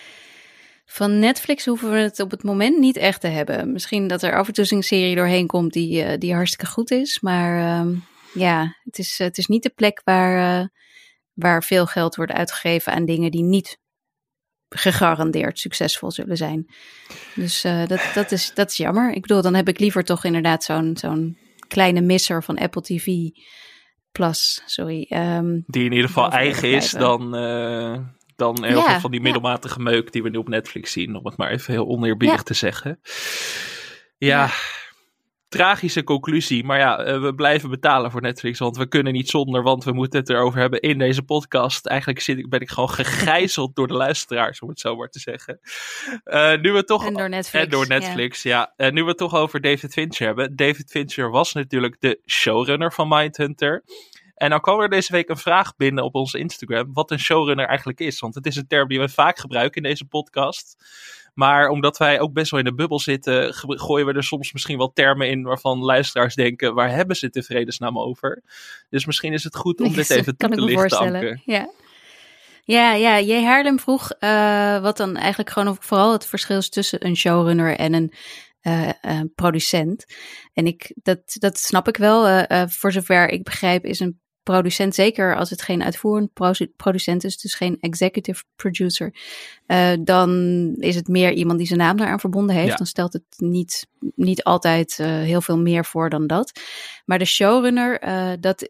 van Netflix hoeven we het op het moment niet echt te hebben. Misschien dat er af en toe een serie doorheen komt die, uh, die hartstikke goed is. Maar uh, ja, het is, uh, het is niet de plek waar, uh, waar veel geld wordt uitgegeven aan dingen die niet gegarandeerd succesvol zullen zijn. Dus uh, dat, dat, is, dat is jammer. Ik bedoel, dan heb ik liever toch inderdaad zo'n, zo'n kleine misser van Apple T V Plus, sorry. Um, die in ieder geval eigen is dan, uh, dan heel ja, veel van die middelmatige ja. meuk die we nu op Netflix zien, om het maar even heel oneerbiedig ja. te zeggen. Ja, ja. Tragische conclusie, maar ja, we blijven betalen voor Netflix, want we kunnen niet zonder, want we moeten het erover hebben in deze podcast. Eigenlijk zit ik, ben ik gewoon gegijzeld door de luisteraars, om het zo maar te zeggen. Uh, nu we toch, en door Netflix. En door Netflix, ja. ja. Uh, nu we het toch over David Fincher hebben. David Fincher was natuurlijk de showrunner van Mindhunter. En dan kwam er deze week een vraag binnen op onze Instagram, wat een showrunner eigenlijk is. Want het is een term die we vaak gebruiken in deze podcast. Maar omdat wij ook best wel in de bubbel zitten, gooien we er soms misschien wel termen in waarvan luisteraars denken, waar hebben ze het in vredesnaam over? Dus misschien is het goed om dit even toe te lichten, Anke. Ja. Ja, ja, J. Haarlem vroeg uh, wat dan eigenlijk gewoon vooral het verschil is tussen een showrunner en een uh, uh, producent. En ik, dat, dat snap ik wel. Uh, uh, voor zover ik begrijp is een producent, zeker als het geen uitvoerend producent is, dus geen executive producer, uh, dan is het meer iemand die zijn naam daaraan verbonden heeft. Ja. Dan stelt het niet, niet altijd uh, heel veel meer voor dan dat. Maar de showrunner, uh, dat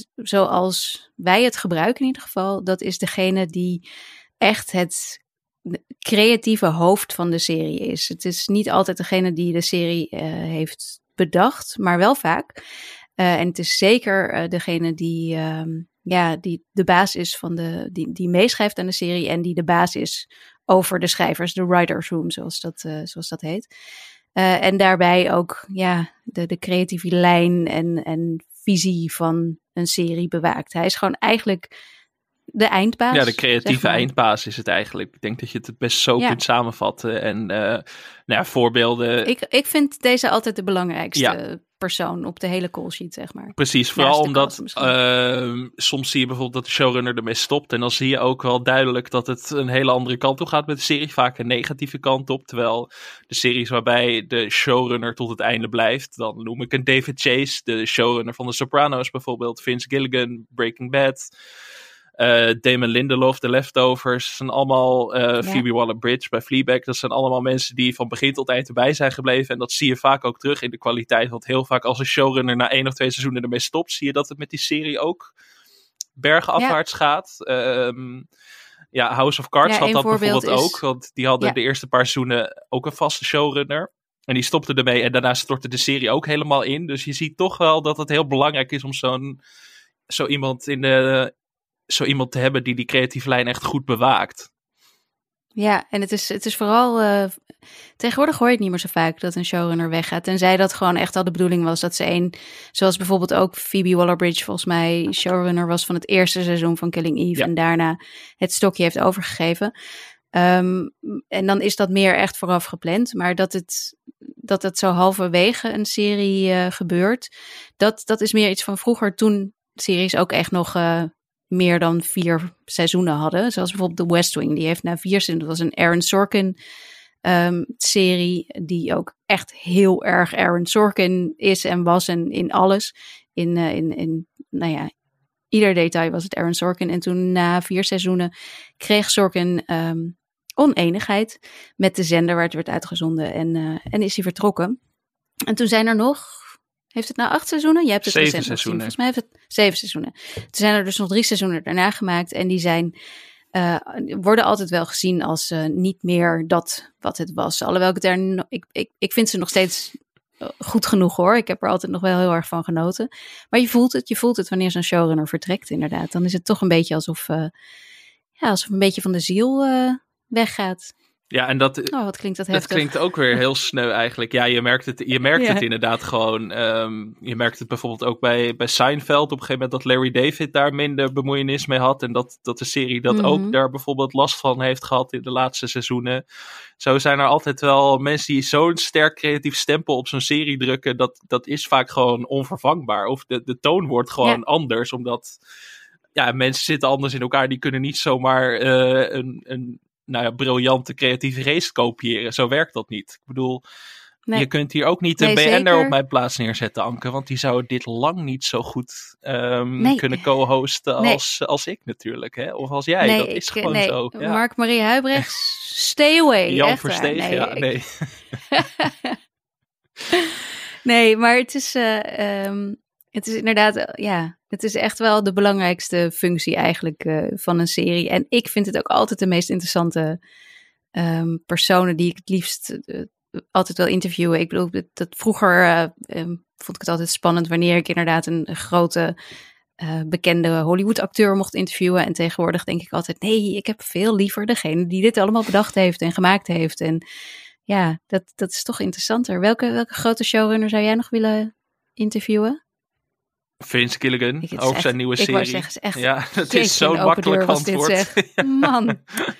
zoals wij het gebruiken in ieder geval, dat is degene die echt het creatieve hoofd van de serie is. Het is niet altijd degene die de serie uh, heeft bedacht, maar wel vaak. Uh, en het is zeker uh, degene die, um, ja, die de baas is van de, die, die meeschrijft aan de serie en die de baas is over de schrijvers, de writer's room, zoals dat, uh, zoals dat heet. Uh, en daarbij ook ja, de, de creatieve lijn en, en visie van een serie bewaakt. Hij is gewoon eigenlijk de eindbaas. Ja, de creatieve zeg maar. eindbaas is het eigenlijk. Ik denk dat je het best zo ja. kunt samenvatten. En uh, nou ja, voorbeelden. Ik, ik vind deze altijd de belangrijkste ja. persoon op de hele call sheet, zeg maar. Precies, vooral omdat uh, soms zie je bijvoorbeeld dat de showrunner ermee stopt. En dan zie je ook wel duidelijk dat het een hele andere kant op gaat met de serie. Vaak een negatieve kant op. Terwijl de series waarbij de showrunner tot het einde blijft. Dan noem ik een David Chase, de showrunner van The Sopranos bijvoorbeeld. Vince Gilligan, Breaking Bad. Uh, Damon Lindelof, The Leftovers. Dat zijn allemaal uh, ja. Phoebe Waller-Bridge bij Fleabag. Dat zijn allemaal mensen die van begin tot eind erbij zijn gebleven. En dat zie je vaak ook terug in de kwaliteit. Want heel vaak als een showrunner na één of twee seizoenen ermee stopt, zie je dat het met die serie ook bergenafwaarts ja. gaat. Um, ja, House of Cards ja, had dat bijvoorbeeld is... ook. Want die hadden ja. de eerste paar seizoenen ook een vaste showrunner. En die stopte ermee en daarna stortte de serie ook helemaal in. Dus je ziet toch wel dat het heel belangrijk is om zo'n zo iemand in de... zo iemand te hebben die die creatieve lijn echt goed bewaakt. Ja, en het is, het is vooral... Uh, tegenwoordig hoor je het niet meer zo vaak dat een showrunner weggaat. Tenzij dat gewoon echt al de bedoeling was dat ze één... Zoals bijvoorbeeld ook Phoebe Waller-Bridge volgens mij showrunner was van het eerste seizoen van Killing Eve. Ja. En daarna het stokje heeft overgegeven. Um, en dan is dat meer echt vooraf gepland. Maar dat het, dat het zo halverwege een serie uh, gebeurt... Dat, dat is meer iets van vroeger toen series ook echt nog... Uh, meer dan vier seizoenen hadden. Zoals bijvoorbeeld The West Wing. Die heeft na vier seizoenen... Dat was een Aaron Sorkin um, serie... die ook echt heel erg Aaron Sorkin is en was... en in alles. In, uh, in, in nou ja... ieder detail was het Aaron Sorkin. En toen na vier seizoenen... kreeg Sorkin um, oneenigheid... met de zender waar het werd uitgezonden. En, uh, en is hij vertrokken. En toen zijn er nog... Heeft het nou acht seizoenen? Je hebt het zeven seizoenen. Volgens mij heeft het zeven seizoenen. Toen zijn er dus nog drie seizoenen daarna gemaakt. En die zijn, uh, worden altijd wel gezien als uh, niet meer dat wat het was. Alhoewel ik daar... No- ik, ik, ik vind ze nog steeds goed genoeg hoor. Ik heb er altijd nog wel heel erg van genoten. Maar je voelt het. Je voelt het wanneer zo'n showrunner vertrekt inderdaad. Dan is het toch een beetje alsof... Uh, ja, alsof een beetje van de ziel uh, weggaat. Ja, en dat, oh, wat klinkt dat heftig. Dat klinkt ook weer heel sneu eigenlijk. Ja, je merkt het, je merkt ja. het inderdaad gewoon. Um, je merkt het bijvoorbeeld ook bij, bij Seinfeld. Op een gegeven moment dat Larry David daar minder bemoeienis mee had. En dat, dat de serie dat mm-hmm. ook daar bijvoorbeeld last van heeft gehad in de laatste seizoenen. Zo zijn er altijd wel mensen die zo'n sterk creatief stempel op zo'n serie drukken. Dat, dat is vaak gewoon onvervangbaar. Of de, de toon wordt gewoon ja. anders. Omdat ja, mensen zitten anders in elkaar. Die kunnen niet zomaar uh, een... een nou ja, briljante creatieve geest kopiëren. Zo werkt dat niet. Ik bedoel, nee. je kunt hier ook niet een nee, B N'er op mijn plaats neerzetten, Anke, want die zou dit lang niet zo goed um, nee. kunnen co-hosten als, nee. als ik natuurlijk, hè? Of als jij. Nee, dat is ik, gewoon nee. zo. Ja. Mark-Marie Huibrechts, stay away. Jan Versteeg, nee, ja, ik... nee. nee, maar het is... Uh, um, Het is inderdaad, ja, het is echt wel de belangrijkste functie eigenlijk uh, van een serie. En ik vind het ook altijd de meest interessante um, personen die ik het liefst uh, altijd wil interviewen. Ik bedoel, dat, dat vroeger uh, um, vond ik het altijd spannend wanneer ik inderdaad een, een grote uh, bekende Hollywood acteur mocht interviewen. En tegenwoordig denk ik altijd, nee, ik heb veel liever degene die dit allemaal bedacht heeft en gemaakt heeft. En ja, dat, dat is toch interessanter. Welke, welke grote showrunner zou jij nog willen interviewen? Vince Gilligan, over zijn nieuwe serie. Ik zeggen, echt, ja, het is zo'n makkelijk antwoord. ja. Man,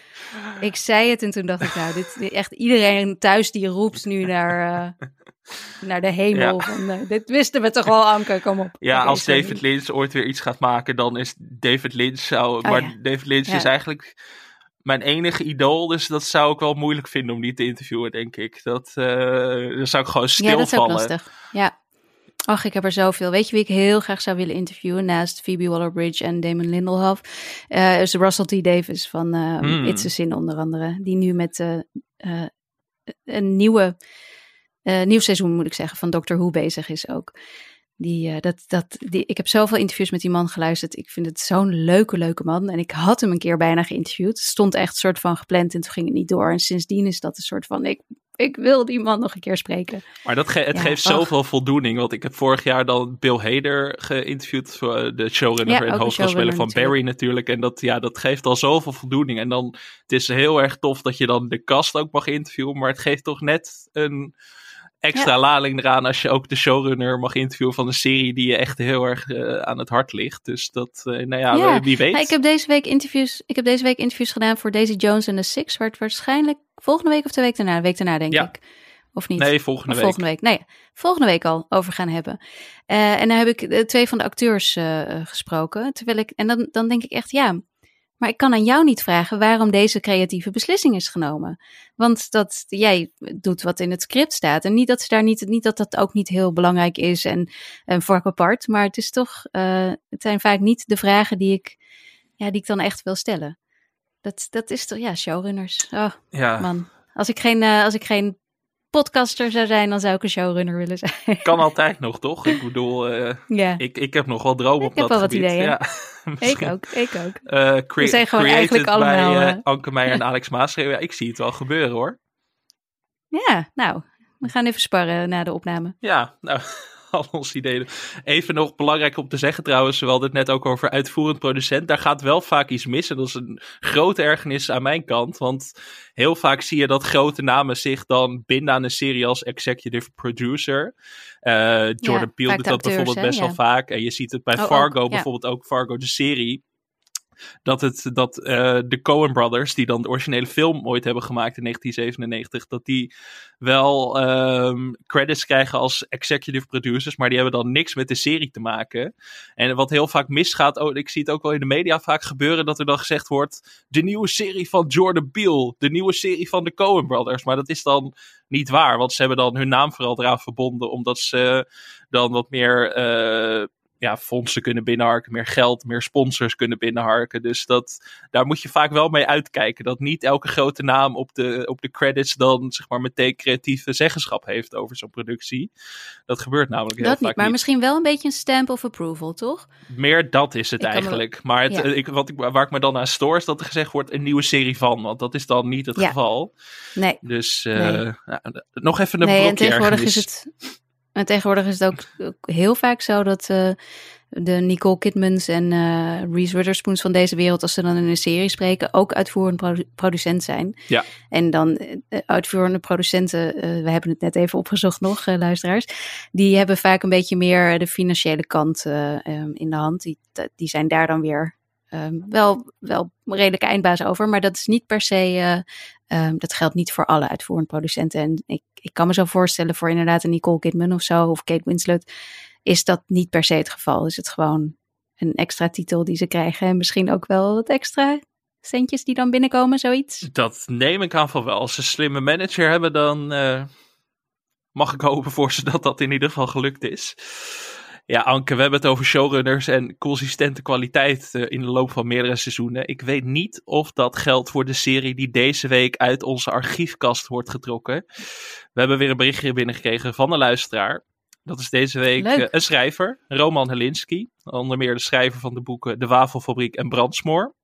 ik zei het en toen dacht ik, nou, dit, dit echt iedereen thuis die roept nu naar, uh, naar de hemel. Ja. Van, uh, dit wisten we toch wel, Anke, kom op. Ja, okay, als sorry. David Lynch ooit weer iets gaat maken, dan is David Lynch zou... Oh, maar ja. David Lynch ja. is eigenlijk mijn enige idool, dus dat zou ik wel moeilijk vinden om die te interviewen, denk ik. Dat, uh, dan zou ik gewoon stilvallen. Ja, dat is ook lastig, ja. Ach, ik heb er zoveel. Weet je wie ik heel graag zou willen interviewen naast Phoebe Waller-Bridge en Damon Lindelof? Uh, is Russell T. Davies van uh, hmm. It's a Sin onder andere. Die nu met uh, uh, een nieuwe, uh, nieuw seizoen moet ik zeggen van Doctor Who bezig is ook. Die, uh, dat, dat, die, ik heb zoveel interviews met die man geluisterd. Ik vind het zo'n leuke, leuke man. En ik had hem een keer bijna geïnterviewd. Het stond echt soort van gepland en toen ging het niet door. En sindsdien is dat een soort van... Ik, ik wil die man nog een keer spreken. Maar dat ge- het ja, geeft zoveel ach. voldoening. Want ik heb vorig jaar dan Bill Hader geïnterviewd. Voor de showrunner ja, en hoofdrolspeler van Barry natuurlijk. En dat, ja, dat geeft al zoveel voldoening. En dan, het is heel erg tof dat je dan de cast ook mag interviewen. Maar het geeft toch net een... extra ja. lading eraan als je ook de showrunner mag interviewen van een serie die je echt heel erg uh, aan het hart ligt. Dus dat, uh, nou ja, ja. wie weet. Ja, ik heb deze week interviews, ik heb deze week interviews gedaan voor Daisy Jones en The Six, waar het waarschijnlijk volgende week of de week daarna, de week daarna denk ja. ik, Of niet? Nee, volgende of week. Volgende week. Nee, volgende week al over gaan hebben. Uh, en dan heb ik uh, twee van de acteurs uh, gesproken. Terwijl ik, en dan, dan denk ik echt, ja, maar ik kan aan jou niet vragen waarom deze creatieve beslissing is genomen. Want dat jij doet wat in het script staat. En niet dat ze daar niet, niet dat dat ook niet heel belangrijk is en een vak apart. Maar het is toch, uh, het zijn vaak niet de vragen die ik, ja, die ik dan echt wil stellen. Dat, dat is toch, ja, showrunners. Oh, ja. man. Als ik geen, uh, als ik geen podcaster zou zijn, dan zou ik een showrunner willen zijn. Kan altijd nog, toch? Ik bedoel, uh, ja. ik, ik heb nog wel dromen op dat gebied. Ik heb wel wat ideeën. Ja, ik ook, ik ook. Uh, cre- We zijn gewoon eigenlijk allemaal... bij uh, Anke Meijer en Alex Maasreeuw. Ja, ik zie het wel gebeuren, hoor. Ja, nou, we gaan even sparren na de opname. Ja, nou... al onze ideeën. Even nog belangrijk om te zeggen trouwens, we hadden het net ook over uitvoerend producent. Daar gaat wel vaak iets mis en dat is een grote ergernis aan mijn kant. Want heel vaak zie je dat grote namen zich dan binden aan een serie als executive producer. Uh, Jordan ja, Peele doet dat acteurs, bijvoorbeeld hè? best ja. wel vaak. En je ziet het bij oh, Fargo ook, bijvoorbeeld ja. ook Fargo de serie. Dat, het, dat uh, de Coen Brothers, die dan de originele film ooit hebben gemaakt in negentien zevenennegentig, dat die wel um, credits krijgen als executive producers, maar die hebben dan niks met de serie te maken. En wat heel vaak misgaat, oh, ik zie het ook wel in de media vaak gebeuren, dat er dan gezegd wordt, de nieuwe serie van Jordan Peele, de nieuwe serie van de Coen Brothers. Maar dat is dan niet waar, want ze hebben dan hun naam vooral eraan verbonden, omdat ze dan wat meer... Uh, ja, fondsen kunnen binnenharken, meer geld, meer sponsors kunnen binnenharken. Dus dat, daar moet je vaak wel mee uitkijken. Dat niet elke grote naam op de, op de credits dan zeg maar meteen creatieve zeggenschap heeft over zo'n productie. Dat gebeurt namelijk heel dat vaak niet, maar niet. misschien wel een beetje een stamp of approval, toch? Meer dat is het ik eigenlijk. Me... Maar het, ja. ik, wat ik, waar ik me dan aan stoor is dat er gezegd wordt een nieuwe serie van. Want dat is dan niet het ja. geval. Nee. Dus uh, nee. Nou, nog even een nee, brokje en tegenwoordig ergens. is het... En tegenwoordig is het ook, ook heel vaak zo dat uh, de Nicole Kidmans en uh, Reese Witherspoons van deze wereld, als ze dan in een serie spreken, ook uitvoerend produ- producent zijn. Ja. En dan uh, uitvoerende producenten, uh, we hebben het net even opgezocht nog, uh, luisteraars, die hebben vaak een beetje meer de financiële kant uh, um, in de hand. Die, die zijn daar dan weer um, wel, wel redelijk eindbaas over, maar dat is niet per se... Uh, Um, dat geldt niet voor alle uitvoerend producenten. En ik, ik kan me zo voorstellen voor inderdaad een Nicole Kidman of zo, of Kate Winslet, is dat niet per se het geval. Is het gewoon een extra titel die ze krijgen en misschien ook wel wat extra centjes die dan binnenkomen, zoiets? Dat neem ik aan van wel. Als ze een slimme manager hebben, dan uh, mag ik hopen voor ze dat dat in ieder geval gelukt is. Ja, Anke, we hebben het over showrunners en consistente kwaliteit uh, in de loop van meerdere seizoenen. Ik weet niet of dat geldt voor de serie die deze week uit onze archiefkast wordt getrokken. We hebben weer een berichtje binnengekregen van een luisteraar. Dat is deze week uh, een schrijver, Roman Helinski. Onder meer de schrijver van de boeken De Wafelfabriek en Brandsmoor.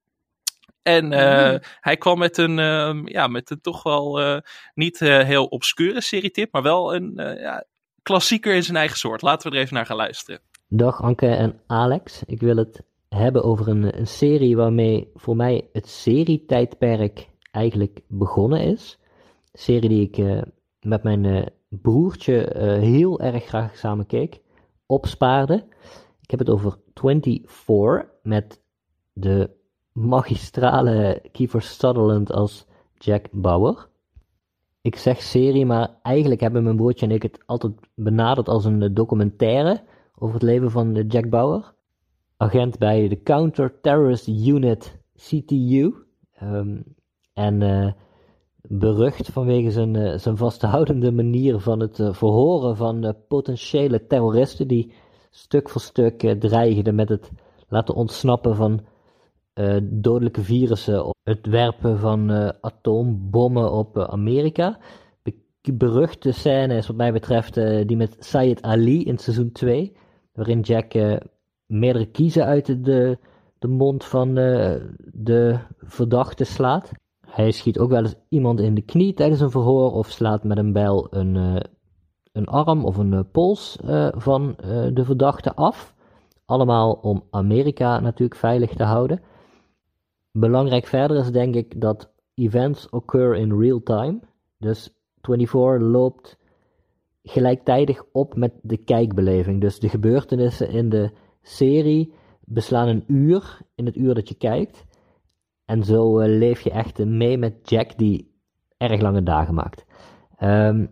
En uh, mm. hij kwam met een, uh, ja, met een toch wel uh, niet uh, heel obscure serietip, maar wel een... Uh, ja, klassieker in zijn eigen soort. Laten we er even naar gaan luisteren. Dag Anke en Alex. Ik wil het hebben over een, een serie waarmee voor mij het serietijdperk eigenlijk begonnen is. Een serie die ik uh, met mijn uh, broertje uh, heel erg graag samen keek. Opspaarde. Ik heb het over vierentwintig met de magistrale Kiefer Sutherland als Jack Bauer. Ik zeg serie, maar eigenlijk hebben mijn broertje en ik het altijd benaderd als een documentaire over het leven van Jack Bauer. Agent bij de Counter-Terrorist Unit C T U. Um, en uh, berucht vanwege zijn, uh, zijn vasthoudende manier van het uh, verhoren van uh, potentiële terroristen die stuk voor stuk uh, dreigden met het laten ontsnappen van uh, dodelijke virussen, het werpen van uh, atoombommen op uh, Amerika. De beruchte scène is wat mij betreft uh, die met Sayed Ali in seizoen twee, waarin Jack uh, meerdere kiezen uit de, de mond van uh, de verdachte slaat. Hij schiet ook wel eens iemand in de knie tijdens een verhoor of slaat met een bijl een, uh, een arm of een uh, pols uh, van uh, de verdachte af. Allemaal om Amerika natuurlijk veilig te houden. Belangrijk verder is denk ik dat events occur in real time. Dus vierentwintig loopt gelijktijdig op met de kijkbeleving. Dus de gebeurtenissen in de serie beslaan een uur in het uur dat je kijkt. En zo uh, leef je echt mee met Jack die erg lange dagen maakt. Um,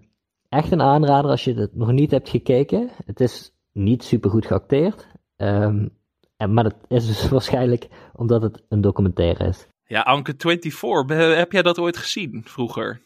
echt een aanrader als je het nog niet hebt gekeken. Het is niet super goed geacteerd. Um, en, maar dat is dus waarschijnlijk omdat het een documentaire is. Ja, Anke vierentwintig, heb jij dat ooit gezien vroeger?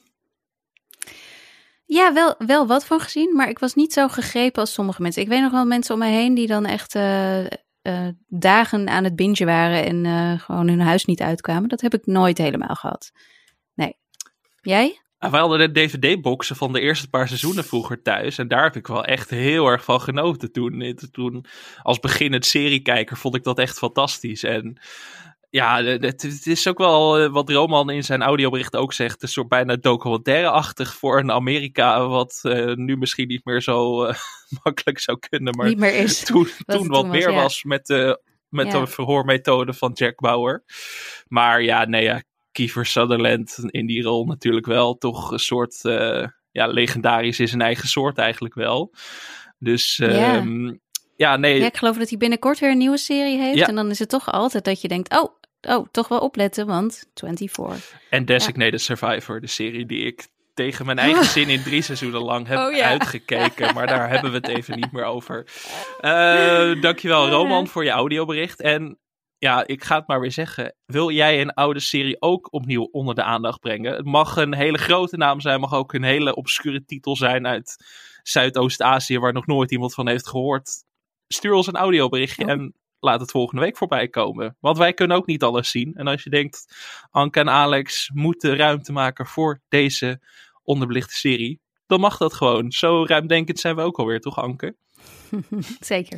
Ja, wel, wel wat van gezien, maar ik was niet zo gegrepen als sommige mensen. Ik weet nog wel mensen om mij heen die dan echt uh, uh, dagen aan het bingen waren en uh, gewoon hun huis niet uitkwamen. Dat heb ik nooit helemaal gehad. Nee. Jij? We hadden de D V D-boxen van de eerste paar seizoenen vroeger thuis. En daar heb ik wel echt heel erg van genoten toen. Toen als beginnend seriekijker vond ik dat echt fantastisch. En ja, het, het is ook wel wat Roman in zijn audiobericht ook zegt. Een soort bijna documentaire-achtig voor een Amerika. Wat uh, nu misschien niet meer zo uh, makkelijk zou kunnen. Maar niet meer is. Toen, wat, toen wat toen meer was, ja. was met de, met ja. de verhoormethode van Jack Bauer. Maar ja, nee ja. Kiefer Sutherland in die rol natuurlijk wel toch een soort, uh, ja, legendarisch is zijn eigen soort eigenlijk wel. Dus ja. Um, ja, nee. Ja, ik geloof dat hij binnenkort weer een nieuwe serie heeft. Ja. En dan is het toch altijd dat je denkt, oh, oh toch wel opletten, want vierentwintig. En Designated ja. Survivor, de serie die ik tegen mijn eigen zin in drie seizoenen lang heb oh, ja. uitgekeken. Maar daar hebben we het even niet meer over. Uh, dankjewel Roman voor je audiobericht. En ja, ik ga het maar weer zeggen. Wil jij een oude serie ook opnieuw onder de aandacht brengen? Het mag een hele grote naam zijn, mag ook een hele obscure titel zijn uit Zuidoost-Azië, waar nog nooit iemand van heeft gehoord. Stuur ons een audioberichtje oh. en laat het volgende week voorbij komen. Want wij kunnen ook niet alles zien. En als je denkt, Anke en Alex moeten ruimte maken voor deze onderbelichte serie, dan mag dat gewoon. Zo ruimdenkend zijn we ook alweer, toch Anke? Zeker.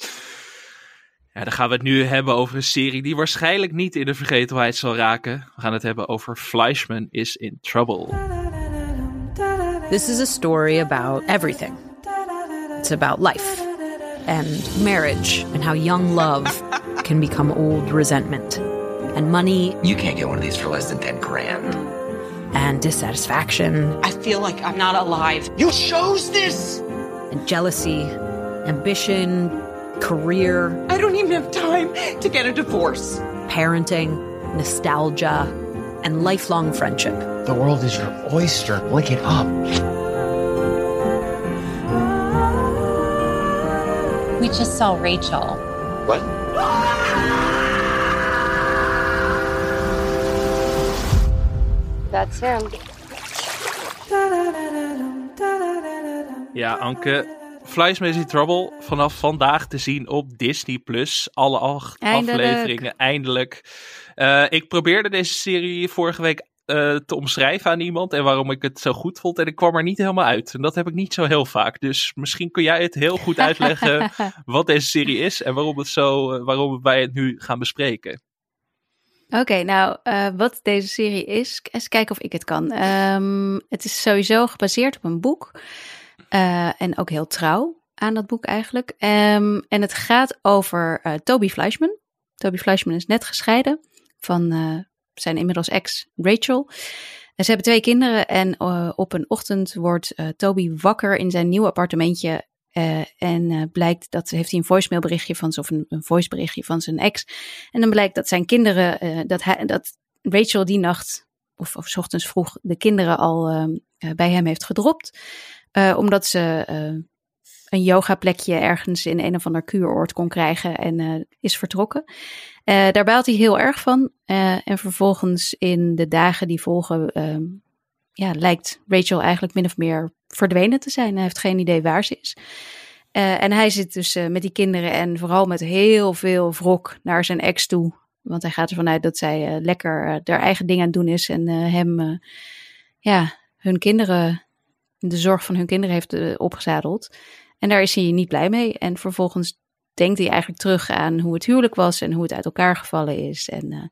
Ja, dan gaan we het nu hebben over een serie die waarschijnlijk niet in de vergetelheid zal raken. We gaan het hebben over Fleischman is in Trouble. This is a story about everything. It's about life and marriage and how young love can become old resentment. And money. You can't get one of these for less than ten grand. And dissatisfaction. I feel like I'm not alive. You chose this! And jealousy, ambition, career. I don't even have time to get a divorce. Parenting, nostalgia, and lifelong friendship. The world is your oyster. Lick it up. We just saw Rachel. What? That's him. Ja, Anke. Fleischman is in Trouble vanaf vandaag te zien op Disney Plus. Alle acht eindelijk. afleveringen, eindelijk. Uh, ik probeerde deze serie vorige week uh, te omschrijven aan iemand en waarom ik het zo goed vond. En ik kwam er niet helemaal uit. En dat heb ik niet zo heel vaak. Dus misschien kun jij het heel goed uitleggen wat deze serie is en waarom, het zo, uh, waarom wij het nu gaan bespreken. Oké, okay, nou, uh, wat deze serie is, eens kijken of ik het kan. Um, het is sowieso gebaseerd op een boek. Uh, en ook heel trouw aan dat boek eigenlijk. Um, en het gaat over uh, Toby Fleischman. Toby Fleischman is net gescheiden van uh, zijn inmiddels ex Rachel. En ze hebben twee kinderen en uh, op een ochtend wordt uh, Toby wakker in zijn nieuwe appartementje. Uh, en uh, blijkt dat heeft hij een voicemailberichtje van of een, een voiceberichtje van zijn ex. En dan blijkt dat zijn kinderen, uh, dat, hij, dat Rachel die nacht of, of 's ochtends vroeg de kinderen al uh, uh, bij hem heeft gedropt. Uh, omdat ze uh, een yogaplekje ergens in een of ander kuuroord kon krijgen en uh, is vertrokken. Uh, daar baalt hij heel erg van. Uh, en vervolgens in de dagen die volgen uh, ja, lijkt Rachel eigenlijk min of meer verdwenen te zijn. Hij heeft geen idee waar ze is. Uh, en hij zit dus uh, met die kinderen en vooral met heel veel wrok naar zijn ex toe. Want hij gaat ervan uit dat zij uh, lekker uh, haar eigen ding aan het doen is en uh, hem, uh, ja, hun kinderen, de zorg van hun kinderen heeft uh, opgezadeld. En daar is hij niet blij mee. En vervolgens denkt hij eigenlijk terug aan hoe het huwelijk was en hoe het uit elkaar gevallen is. En, uh,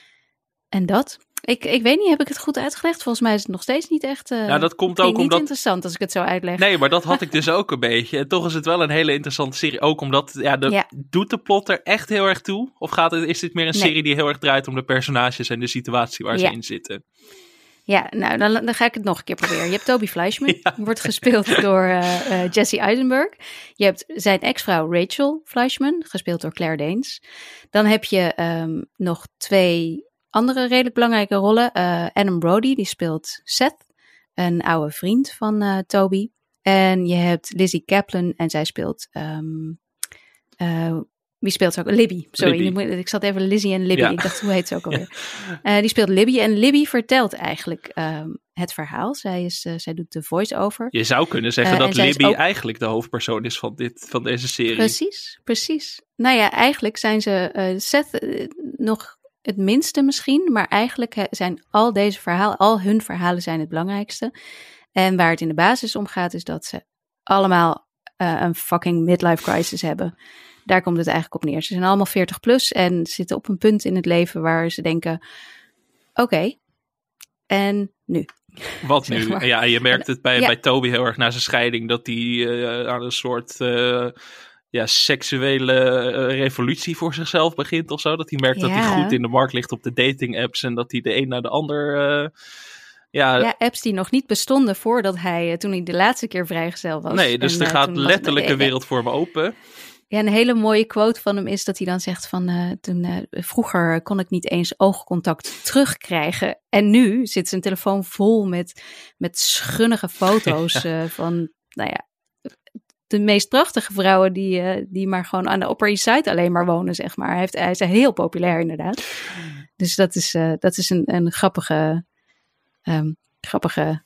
en dat. Ik, ik weet niet, heb ik het goed uitgelegd? Volgens mij is het nog steeds niet echt uh, ja, dat komt ook niet omdat... interessant als ik het zo uitleg. Nee, maar dat had ik dus ook een beetje. En toch is het wel een hele interessante serie. Ook omdat, ja, de, ja. doet de plot er echt heel erg toe? Of gaat het, is dit meer een nee. serie die heel erg draait om de personages en de situatie waar ja. ze in zitten? Ja, nou, dan, dan ga ik het nog een keer proberen. Je hebt Toby Fleischman, ja. wordt gespeeld door uh, uh, Jesse Eisenberg. Je hebt zijn ex-vrouw Rachel Fleischman, gespeeld door Claire Danes. Dan heb je um, nog twee andere redelijk belangrijke rollen. Uh, Adam Brody, die speelt Seth, een oude vriend van uh, Toby. En je hebt Lizzie Kaplan en zij speelt... Um, uh, wie speelt ze ook? Libby. Sorry, Libby. ik zat even Lizzie en Libby. Ja. Ik dacht, hoe heet ze ook alweer? uh, die speelt Libby. En Libby vertelt eigenlijk um, het verhaal. Zij, is, uh, zij doet de voice-over. Je zou kunnen zeggen Uh, en dat zij is Libby ook- eigenlijk de hoofdpersoon is van, dit, van deze serie. Precies, precies. Nou ja, eigenlijk zijn ze uh, Seth uh, nog het minste misschien, maar eigenlijk he- zijn al deze verhalen, al hun verhalen zijn het belangrijkste. En waar het in de basis om gaat, is dat ze allemaal uh, een fucking midlife crisis hebben. Daar komt het eigenlijk op neer. Ze zijn allemaal veertig plus en zitten op een punt in het leven waar ze denken, oké, okay, en nu? Wat nu? Zeg maar. Ja, je merkt het bij, Ja. bij Toby heel erg na zijn scheiding, dat hij uh, aan een soort uh, ja, seksuele uh, revolutie voor zichzelf begint of zo. Dat hij merkt dat Ja. hij goed in de markt ligt op de dating apps en dat hij de een naar de ander... Uh, ja, Ja, apps die nog niet bestonden voordat hij, uh, toen hij de laatste keer vrijgezel was. nee, dus En, er uh, gaat toen was- letterlijk een ja, ja. wereld voor me open. Ja, een hele mooie quote van hem is dat hij dan zegt van... Uh, toen, uh, vroeger kon ik niet eens oogcontact terugkrijgen. En nu zit zijn telefoon vol met, met schunnige foto's Ja. uh, van... Nou ja, de meest prachtige vrouwen die, uh, die maar gewoon aan de Upper East Side alleen maar wonen, zeg maar. Hij, heeft, hij is heel populair inderdaad. Dus dat is, uh, dat is een, een grappige... Um, grappige...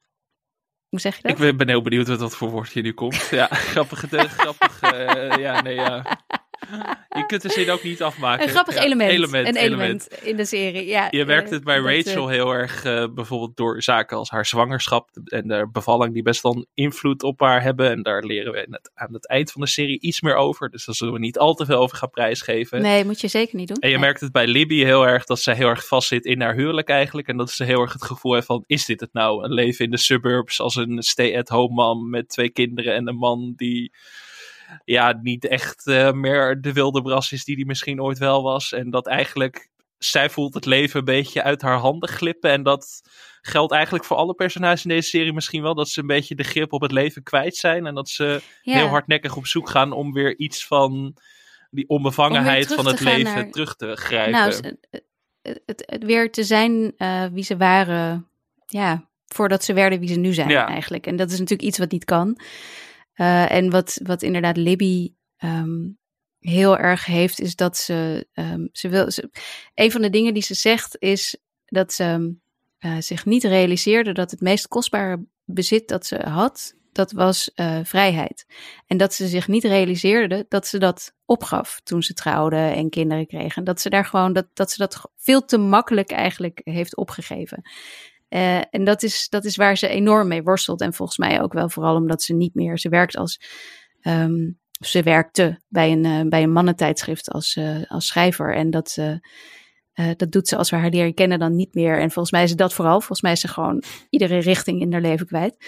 Hoe zeg je dat? Ik ben, ben heel benieuwd wat dat voor woordje nu komt. Ja, grappige, de, grappige, uh, ja, nee, ja. Je kunt de zin ook niet afmaken. Een grappig ja, element, element. Een element, element in de serie, ja. Je merkt het bij dat, Rachel uh, heel erg, uh, bijvoorbeeld door zaken als haar zwangerschap en de bevalling die best wel een invloed op haar hebben. En daar leren we het, aan het eind van de serie iets meer over. Dus daar zullen we niet al te veel over gaan prijsgeven. Nee, moet je zeker niet doen. En je nee. merkt het bij Libby heel erg dat zij heel erg vastzit in haar huwelijk eigenlijk. En dat ze heel erg het gevoel heeft van, is dit het nou? Een leven in de suburbs als een stay-at-home mom met twee kinderen en een man die... ja, niet echt uh, meer de wilde bras is die die misschien ooit wel was. En dat eigenlijk, zij voelt het leven een beetje uit haar handen glippen. En dat geldt eigenlijk voor alle personages in deze serie misschien wel. Dat ze een beetje de grip op het leven kwijt zijn. En dat ze Ja. heel hardnekkig op zoek gaan om weer iets van die onbevangenheid terug van te het gaan leven naar- terug te grijpen. Nou, het, het, het, het weer te zijn uh, wie ze waren, ja, voordat ze werden wie ze nu zijn Ja. eigenlijk. En dat is natuurlijk iets wat niet kan. Uh, en wat, wat inderdaad Libby um, heel erg heeft, is dat ze, um, ze wil, ze, een van de dingen die ze zegt is dat ze uh, zich niet realiseerde dat het meest kostbare bezit dat ze had, dat was uh, vrijheid. En dat ze zich niet realiseerde dat ze dat opgaf toen ze trouwde en kinderen kregen. Dat ze daar gewoon, dat, dat ze dat veel te makkelijk eigenlijk heeft opgegeven. Uh, en dat is, dat is waar ze enorm mee worstelt. En volgens mij ook wel vooral omdat ze niet meer, ze werkt als, um, ze werkte bij een, uh, bij een mannentijdschrift als, uh, als schrijver. En dat, uh, uh, dat doet ze als we haar leren kennen dan niet meer. En volgens mij is dat vooral, volgens mij is ze gewoon iedere richting in haar leven kwijt.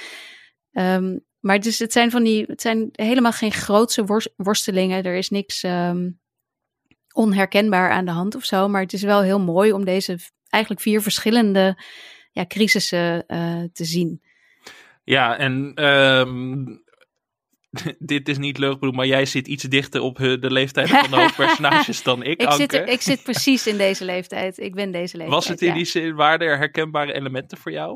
Um, maar dus het zijn van die, het zijn helemaal geen grootse worst, worstelingen. Er is niks um, onherkenbaar aan de hand of zo. Maar het is wel heel mooi om deze eigenlijk vier verschillende ja, crisissen uh, te zien. Ja, en um, dit is niet leuk bedoeld, maar jij zit iets dichter op de leeftijd van de hoofdpersonages dan ik, ik Anke. Zit er, ik zit precies in deze leeftijd. Ik ben deze leeftijd, Was het in ja. die zin, waren er herkenbare elementen voor jou?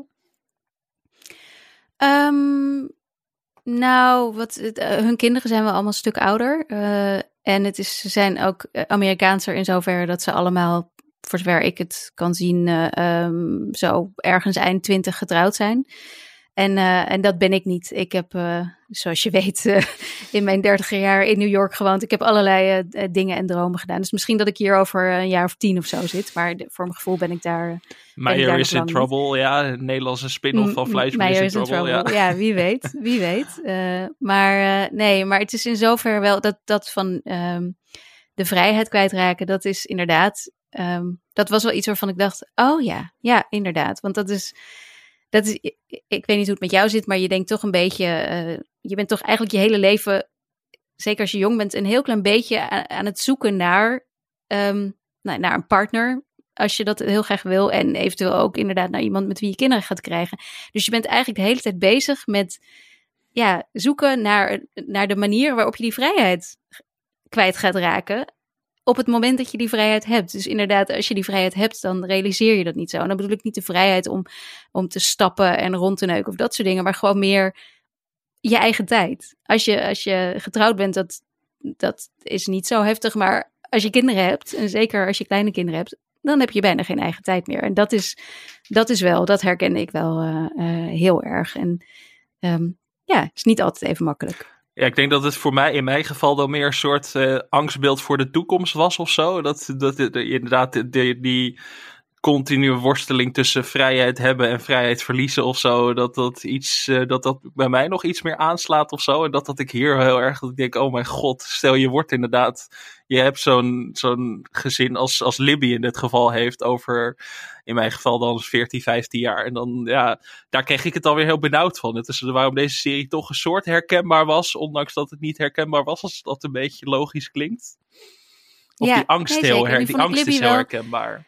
Um, nou, wat, het, uh, hun kinderen zijn wel allemaal een stuk ouder. Uh, en het is, ze zijn ook Amerikaanser in zoverre dat ze allemaal, voor zover ik het kan zien, uh, um, zo ergens eind twintig getrouwd zijn. En, uh, en dat ben ik niet. Ik heb, uh, zoals je weet, uh, in mijn dertiger jaar in New York gewoond. Ik heb allerlei uh, dingen en dromen gedaan. Dus misschien dat ik hier over een jaar of tien of zo zit. Maar de, voor mijn gevoel ben ik daar... Meyer is in trouble, niet. Ja. Een Nederlandse spin-off van Fleischman is in trouble. trouble. Ja. ja, wie weet. Wie weet. Uh, maar uh, nee, maar het is in zover wel dat, dat van um, de vrijheid kwijtraken. Dat is inderdaad... Um, dat was wel iets waarvan ik dacht, oh ja, ja, inderdaad. Want dat is... Dat is, ik weet niet hoe het met jou zit, maar je denkt toch een beetje, uh, je bent toch eigenlijk je hele leven, zeker als je jong bent, een heel klein beetje aan, aan het zoeken naar, um, nou, naar een partner, als je dat heel graag wil. En eventueel ook inderdaad naar iemand met wie je kinderen gaat krijgen. Dus je bent eigenlijk de hele tijd bezig met ja, zoeken naar, naar de manier waarop je die vrijheid kwijt gaat raken. Op het moment dat je die vrijheid hebt. Dus inderdaad, als je die vrijheid hebt, dan realiseer je dat niet zo. En dan bedoel ik niet de vrijheid om, om te stappen en rond te neuken of dat soort dingen. Maar gewoon meer je eigen tijd. Als je, als je getrouwd bent, dat, dat is niet zo heftig. Maar als je kinderen hebt, en zeker als je kleine kinderen hebt, dan heb je bijna geen eigen tijd meer. En dat is, dat is wel, dat herken ik wel uh, uh, heel erg. En um, ja, het is niet altijd even makkelijk. Ja, ik denk dat het voor mij in mijn geval dan meer een soort uh, angstbeeld voor de toekomst was of zo. Dat, dat de, de, inderdaad de, de, die continue worsteling tussen vrijheid hebben en vrijheid verliezen of zo. Dat dat, iets, uh, dat dat bij mij nog iets meer aanslaat of zo. En dat dat ik hier heel erg, dat ik denk, oh mijn god, stel je wordt inderdaad, je hebt zo'n, zo'n gezin als, als Libby in dit geval heeft over, in mijn geval dan veertien, vijftien jaar. En dan, ja, daar kreeg ik het alweer heel benauwd van. Het is waarom deze serie toch een soort herkenbaar was, ondanks dat het niet herkenbaar was, als dat een beetje logisch klinkt. Of ja, die angst, nee, heel her, die angst Libby is heel wel herkenbaar.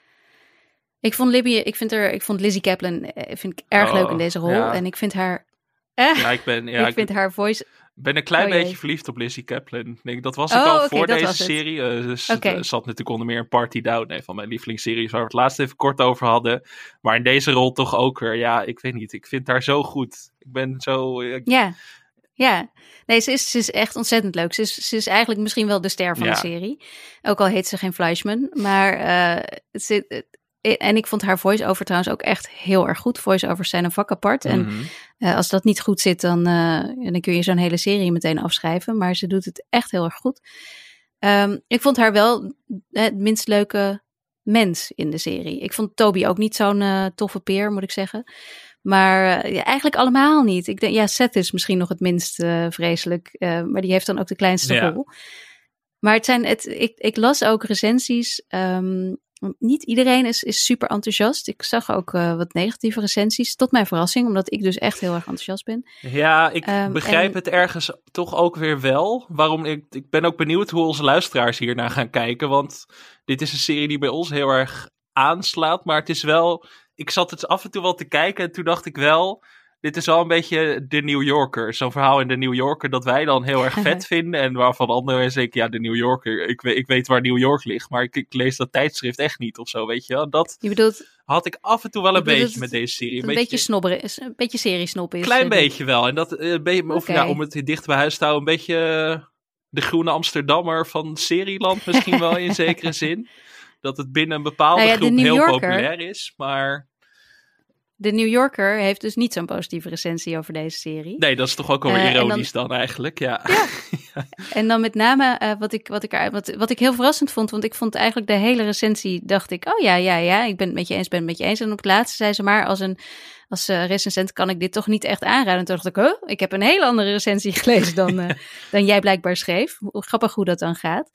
Ik vond Libby, ik vind er, ik vond Lizzie Kaplan vind ik erg oh, leuk in deze rol. Ja. En ik vind haar, eh, ja, ik ben, ja, ik vind ik, haar voice. ben een klein oh, beetje jee. verliefd op Lizzie Kaplan. Nee, dat was ik Oh, al okay, voor dat deze serie. Uh, dus okay. Het zat natuurlijk onder meer in Party Down, een van mijn lievelingsseries waar we het laatst even kort over hadden. Maar in deze rol toch ook weer. Ja, ik weet niet. Ik vind haar zo goed. Ik ben zo. Ik... Ja. Ja, nee, ze is, ze is echt ontzettend leuk. Ze is, ze is eigenlijk misschien wel de ster van ja. de serie. Ook al heet ze geen Fleischman. Maar uh, ze, en ik vond haar voice-over trouwens ook echt heel erg goed. Voice-overs zijn een vak apart. En Mm-hmm. uh, als dat niet goed zit, dan, uh, dan kun je zo'n hele serie meteen afschrijven. Maar ze doet het echt heel erg goed. Um, ik vond haar wel het minst leuke mens in de serie. Ik vond Toby ook niet zo'n uh, toffe peer, moet ik zeggen. Maar uh, ja, eigenlijk allemaal niet. Ik denk, ja, Seth is misschien nog het minst uh, vreselijk. Uh, maar die heeft dan ook de kleinste ja. rol. Maar het zijn het, ik, ik las ook recensies. Um, niet iedereen is, is super enthousiast. Ik zag ook uh, wat negatieve recensies. Tot mijn verrassing, omdat ik dus echt heel erg enthousiast ben. Ja, ik um, begrijp en... het ergens toch ook weer wel. Waarom ik, ik ben ook benieuwd hoe onze luisteraars hiernaar gaan kijken. Want dit is een serie die bij ons heel erg aanslaat. Maar het is wel... Ik zat het af en toe wel te kijken en toen dacht ik wel... Dit is wel een beetje de New Yorker. Zo'n verhaal in de New Yorker dat wij dan heel erg vet vinden. En waarvan anderen mensen denken, ja, de New Yorker. Ik weet, ik weet waar New York ligt, maar ik, ik lees dat tijdschrift echt niet of zo, weet je wel. Dat je bedoelt, had ik af en toe wel een beetje het, met deze serie. Een, een beetje snobber is, een beetje seriesnop is. Klein beetje wel. En dat, uh, beetje, of okay. ja, om het dicht bij huis te houden, een beetje uh, de groene Amsterdammer van Serieland misschien wel in zekere zin. Dat het binnen een bepaalde nou ja, groep heel Yorker, populair is, maar... De New Yorker heeft dus niet zo'n positieve recensie over deze serie. Nee, dat is toch ook wel uh, ironisch dan, dan eigenlijk, ja. Ja. ja. En dan met name uh, wat, ik, wat, ik, wat, wat ik heel verrassend vond, want ik vond eigenlijk de hele recensie, dacht ik, oh ja, ja, ja, ik ben het met je eens, ben het met je eens. En op het laatste zei ze maar, als een als uh, recensent kan ik dit toch niet echt aanraden. En toen dacht ik, huh, ik heb een hele andere recensie gelezen dan, uh, dan jij blijkbaar schreef. Hoe grappig hoe dat dan gaat.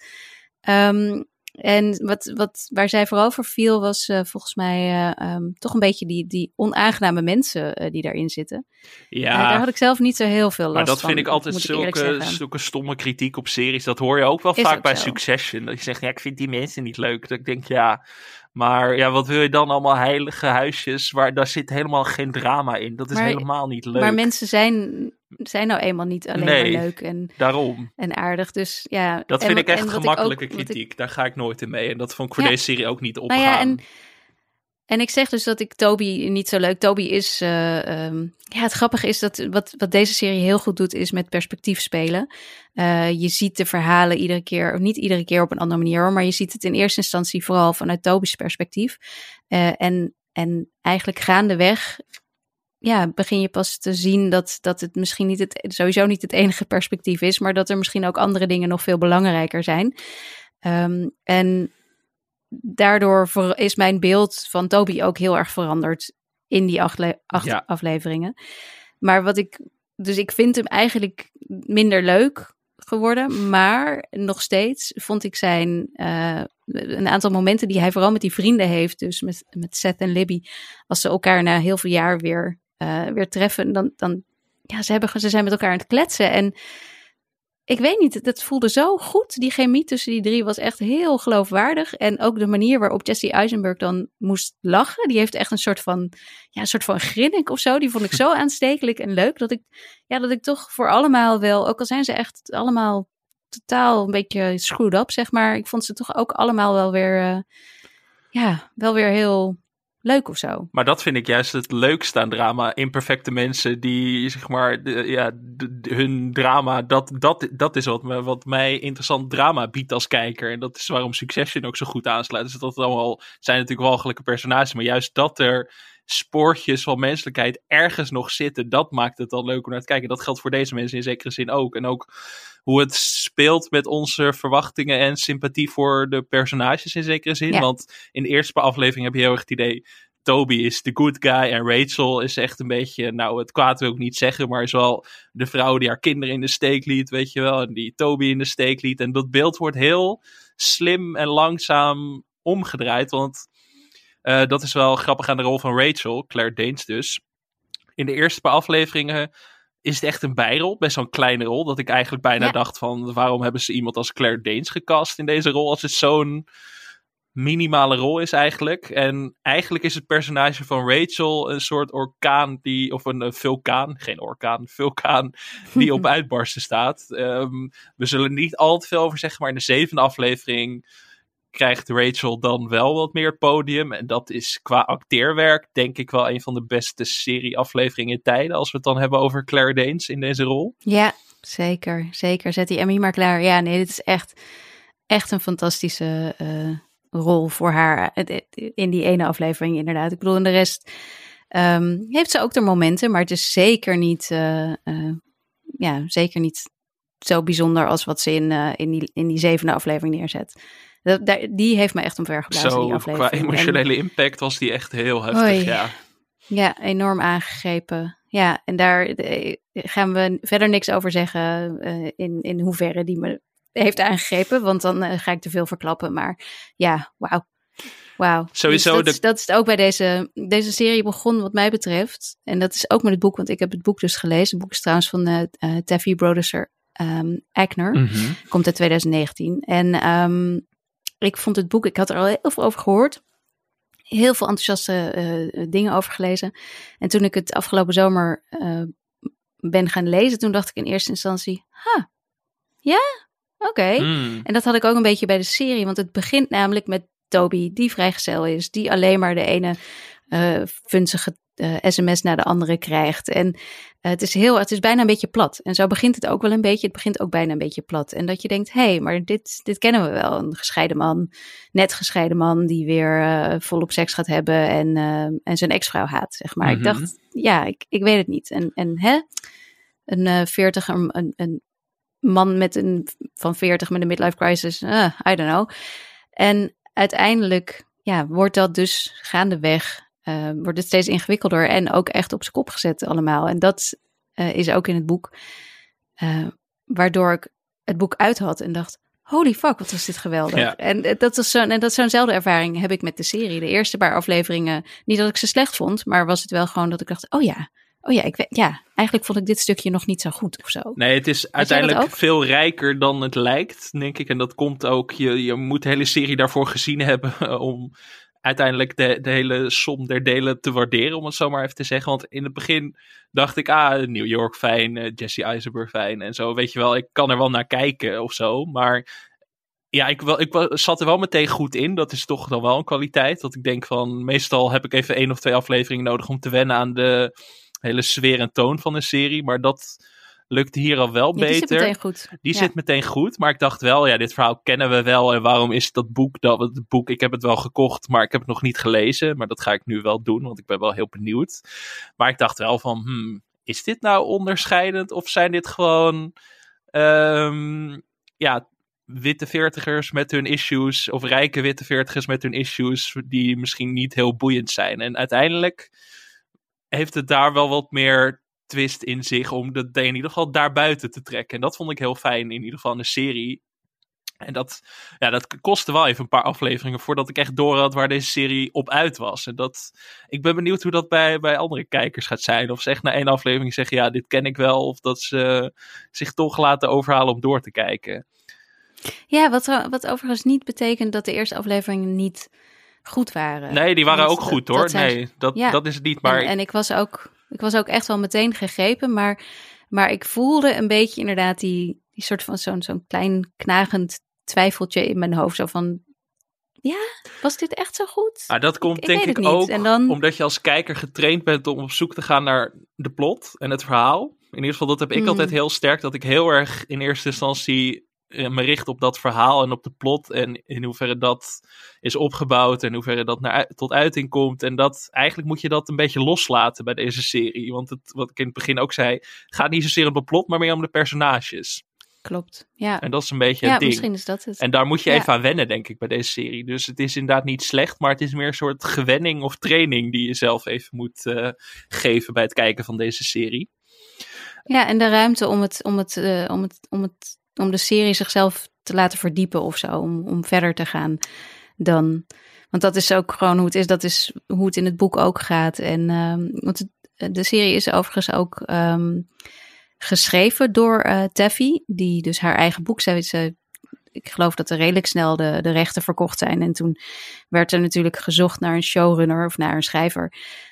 Um, En wat, wat, waar zij vooral voor viel was uh, volgens mij uh, um, toch een beetje die, die onaangename mensen uh, die daarin zitten. Ja. Uh, daar had ik zelf niet zo heel veel last van. Maar dat van, vind ik altijd zulke, zulke stomme kritiek op series. Dat hoor je ook wel Is vaak ook bij zo. Succession. Dat je zegt, ja, ik vind die mensen niet leuk. Dat ik denk, ja, maar ja, wat wil je dan allemaal heilige huisjes? Waar, daar zit helemaal geen drama in. Dat is maar, helemaal niet leuk. Maar mensen zijn... zijn nou eenmaal niet alleen nee, maar leuk en, daarom. en aardig. Dus ja. Dat en, vind ik echt en gemakkelijke ik ook, kritiek. Ik, Daar ga ik nooit in mee. En dat vond ik voor ja, deze serie ook niet opgaan. Nou ja, en, en ik zeg dus dat ik Toby niet zo leuk. Toby is... Uh, um, ja, het grappige is dat wat, wat deze serie heel goed doet, is met perspectief spelen. Uh, je ziet de verhalen iedere keer, of niet iedere keer op een andere manier, maar je ziet het in eerste instantie vooral vanuit Toby's perspectief. Uh, en, en eigenlijk gaandeweg... ja, begin je pas te zien dat, dat het misschien niet het, sowieso niet het enige perspectief is, maar dat er misschien ook andere dingen nog veel belangrijker zijn. Um, en daardoor is mijn beeld van Toby ook heel erg veranderd in die acht, le- acht ja. afleveringen. Maar wat ik, dus ik vind hem eigenlijk minder leuk geworden, maar nog steeds vond ik zijn uh, een aantal momenten die hij vooral met die vrienden heeft, dus met, met Seth en Libby, als ze elkaar na heel veel jaar weer Uh, weer treffen, dan, dan ja, ze, hebben, ze zijn met elkaar aan het kletsen. En ik weet niet, dat voelde zo goed. Die chemie tussen die drie was echt heel geloofwaardig. En ook de manier waarop Jesse Eisenberg dan moest lachen, die heeft echt een soort van, ja, een soort van grinnik of zo. Die vond ik zo aanstekelijk en leuk, dat ik, ja, dat ik toch voor allemaal wel, ook al zijn ze echt allemaal totaal een beetje screwed up, zeg maar. Ik vond ze toch ook allemaal wel weer, uh, ja, wel weer heel... leuk of zo. Maar dat vind ik juist het leukste aan drama. Imperfecte mensen die, zeg maar, de, ja, de, de, hun drama, dat, dat, dat is wat, me, wat mij interessant drama biedt als kijker. En dat is waarom Succession ook zo goed aansluit. Dus dat allemaal zijn natuurlijk walgelijke personages, maar juist dat er spoortjes van menselijkheid ergens nog zitten, dat maakt het dan leuk om naar te kijken. Dat geldt voor deze mensen in zekere zin ook. En ook hoe het speelt met onze verwachtingen en sympathie voor de personages in zekere zin. Ja. Want in de eerste paar afleveringen heb je heel erg het idee, Toby is de good guy en Rachel is echt een beetje, nou het kwaad wil ik niet zeggen, maar is wel de vrouw die haar kinderen in de steek liet, weet je wel, en die Toby in de steek liet. En dat beeld wordt heel slim en langzaam omgedraaid, want Uh, dat is wel grappig aan de rol van Rachel, Claire Danes dus. In de eerste paar afleveringen is het echt een bijrol, best wel een kleine rol, dat ik eigenlijk bijna ja. dacht van, waarom hebben ze iemand als Claire Danes gecast in deze rol, als het zo'n minimale rol is eigenlijk. En eigenlijk is het personage van Rachel een soort orkaan die, of een uh, vulkaan, geen orkaan, vulkaan die op uitbarsten staat. Um, we zullen niet al te veel over zeggen, maar in de zevende aflevering krijgt Rachel dan wel wat meer het podium. En dat is qua acteerwerk denk ik wel een van de beste serie-afleveringen in tijden. Als we het dan hebben over Claire Danes in deze rol. Ja, zeker. Zeker. Zet die Emmy maar klaar. Ja, nee, dit is echt, echt een fantastische uh, rol voor haar. In die ene aflevering inderdaad. Ik bedoel, in de rest um, heeft ze ook de momenten. Maar het is zeker niet, uh, uh, ja, zeker niet zo bijzonder als wat ze in, uh, in, die, in die zevende aflevering neerzet. Dat, daar, die heeft me echt omvergeblazen, Zo, die aflevering. Qua emotionele en, impact was die echt heel heftig, oei, ja. Ja, enorm aangegrepen. Ja, en daar de, gaan we verder niks over zeggen uh, in, in hoeverre die me heeft aangegrepen. Want dan uh, ga ik te veel verklappen. Maar ja, wauw. Wauw. Sowieso. Dus dat, de... dat is ook bij deze, deze serie begonnen wat mij betreft. En dat is ook met het boek, want ik heb het boek dus gelezen. Het boek is trouwens van uh, uh, Taffy Brodesser um, Agner. Mm-hmm. Komt uit twintig negentien. En um, ik vond het boek, ik had er al heel veel over gehoord. Heel veel enthousiaste uh, dingen over gelezen. En toen ik het afgelopen zomer uh, ben gaan lezen, toen dacht ik in eerste instantie, ha, ja, oké. Okay. Mm. En dat had ik ook een beetje bij de serie, want het begint namelijk met Toby, die vrijgezel is, die alleen maar de ene uh, funzige uh, sms naar de andere krijgt. En uh, het is heel, het is bijna een beetje plat. En zo begint het ook wel een beetje. Het begint ook bijna een beetje plat. En dat je denkt, hé, hey, maar dit, dit kennen we wel. Een gescheiden man, net gescheiden man, die weer uh, volop seks gaat hebben en, uh, en zijn ex-vrouw haat, zeg maar. Mm-hmm. Ik dacht, ja, ik, ik weet het niet. En, en hè, een uh, veertiger, een, een man met een, van veertig met een midlife crisis, uh, I don't know. En uiteindelijk, ja, wordt dat dus gaandeweg, uh, wordt het steeds ingewikkelder en ook echt op zijn kop gezet allemaal. En dat uh, is ook in het boek, uh, waardoor ik het boek uit had en dacht, holy fuck, wat was dit geweldig. Ja. En dat is zo'n, en dat is zo'nzelfde ervaring heb ik met de serie. De eerste paar afleveringen, niet dat ik ze slecht vond, maar was het wel gewoon dat ik dacht, oh ja, oh ja, ik, ja, eigenlijk vond ik dit stukje nog niet zo goed of zo. Nee, het is uiteindelijk veel rijker dan het lijkt, denk ik. En dat komt ook, je, je moet de hele serie daarvoor gezien hebben om uiteindelijk de, de hele som der delen te waarderen, om het zo maar even te zeggen. Want in het begin dacht ik, ah, New York fijn, uh, Jesse Eisenberg fijn en zo. Weet je wel, ik kan er wel naar kijken of zo. Maar ja, ik, wel, ik zat er wel meteen goed in. Dat is toch dan wel een kwaliteit. Dat ik denk van, meestal heb ik even één of twee afleveringen nodig om te wennen aan de hele sfeer en toon van een serie. Maar dat lukt hier al wel ja, beter. Die zit meteen goed. Die ja. zit meteen goed. Maar ik dacht wel, ja, dit verhaal kennen we wel. En waarom is dat boek, dat het boek, ik heb het wel gekocht, maar ik heb het nog niet gelezen. Maar dat ga ik nu wel doen, want ik ben wel heel benieuwd. Maar ik dacht wel van, hmm, is dit nou onderscheidend? Of zijn dit gewoon, um, ja, witte veertigers met hun issues, of rijke witte veertigers met hun issues, die misschien niet heel boeiend zijn. En uiteindelijk heeft het daar wel wat meer twist in zich om dat in ieder geval daarbuiten te trekken. En dat vond ik heel fijn, in ieder geval in de serie. En dat, ja, dat kostte wel even een paar afleveringen voordat ik echt door had waar deze serie op uit was. En dat, ik ben benieuwd hoe dat bij, bij andere kijkers gaat zijn. Of ze echt na één aflevering zeggen, ja, dit ken ik wel. Of dat ze zich toch laten overhalen om door te kijken. Ja, wat, wat overigens niet betekent dat de eerste afleveringen niet goed waren. Nee, die waren Want ook goed dat, hoor. Dat zijn, nee, dat, ja. dat is het niet. Maar En, en ik, was ook, ik was ook echt wel meteen gegrepen. Maar, maar ik voelde een beetje inderdaad die, die soort van zo'n, zo'n klein knagend twijfeltje in mijn hoofd. Zo van, Ja, was dit echt zo goed? Maar dat komt ik, ik denk weet ik het niet. ook En dan... omdat je als kijker getraind bent om op zoek te gaan naar de plot en het verhaal. In ieder geval, dat heb ik Mm. altijd heel sterk, dat ik heel erg in eerste instantie eh, me richt op dat verhaal en op de plot en in hoeverre dat is opgebouwd en in hoeverre dat naar, uit- tot uiting komt. En dat eigenlijk moet je dat een beetje loslaten bij deze serie. Want het, wat ik in het begin ook zei, gaat niet zozeer om de plot, maar meer om de personages. Klopt, ja. En dat is een beetje Ja, het ding. misschien is dat het. En daar moet je Ja. even aan wennen, denk ik, bij deze serie. Dus het is inderdaad niet slecht, maar het is meer een soort gewenning of training die je zelf even moet uh, geven bij het kijken van deze serie. Ja, en de ruimte om het, om het, uh, om het, om het, om de serie zichzelf te laten verdiepen of zo, om, om verder te gaan dan. Want dat is ook gewoon hoe het is. Dat is hoe het in het boek ook gaat. En um, want het, de serie is overigens ook um, geschreven door uh, Taffy, die dus haar eigen boek. Zij, ze, ik geloof dat er redelijk snel de, de rechten verkocht zijn. En toen werd er natuurlijk gezocht naar een showrunner of naar een schrijver.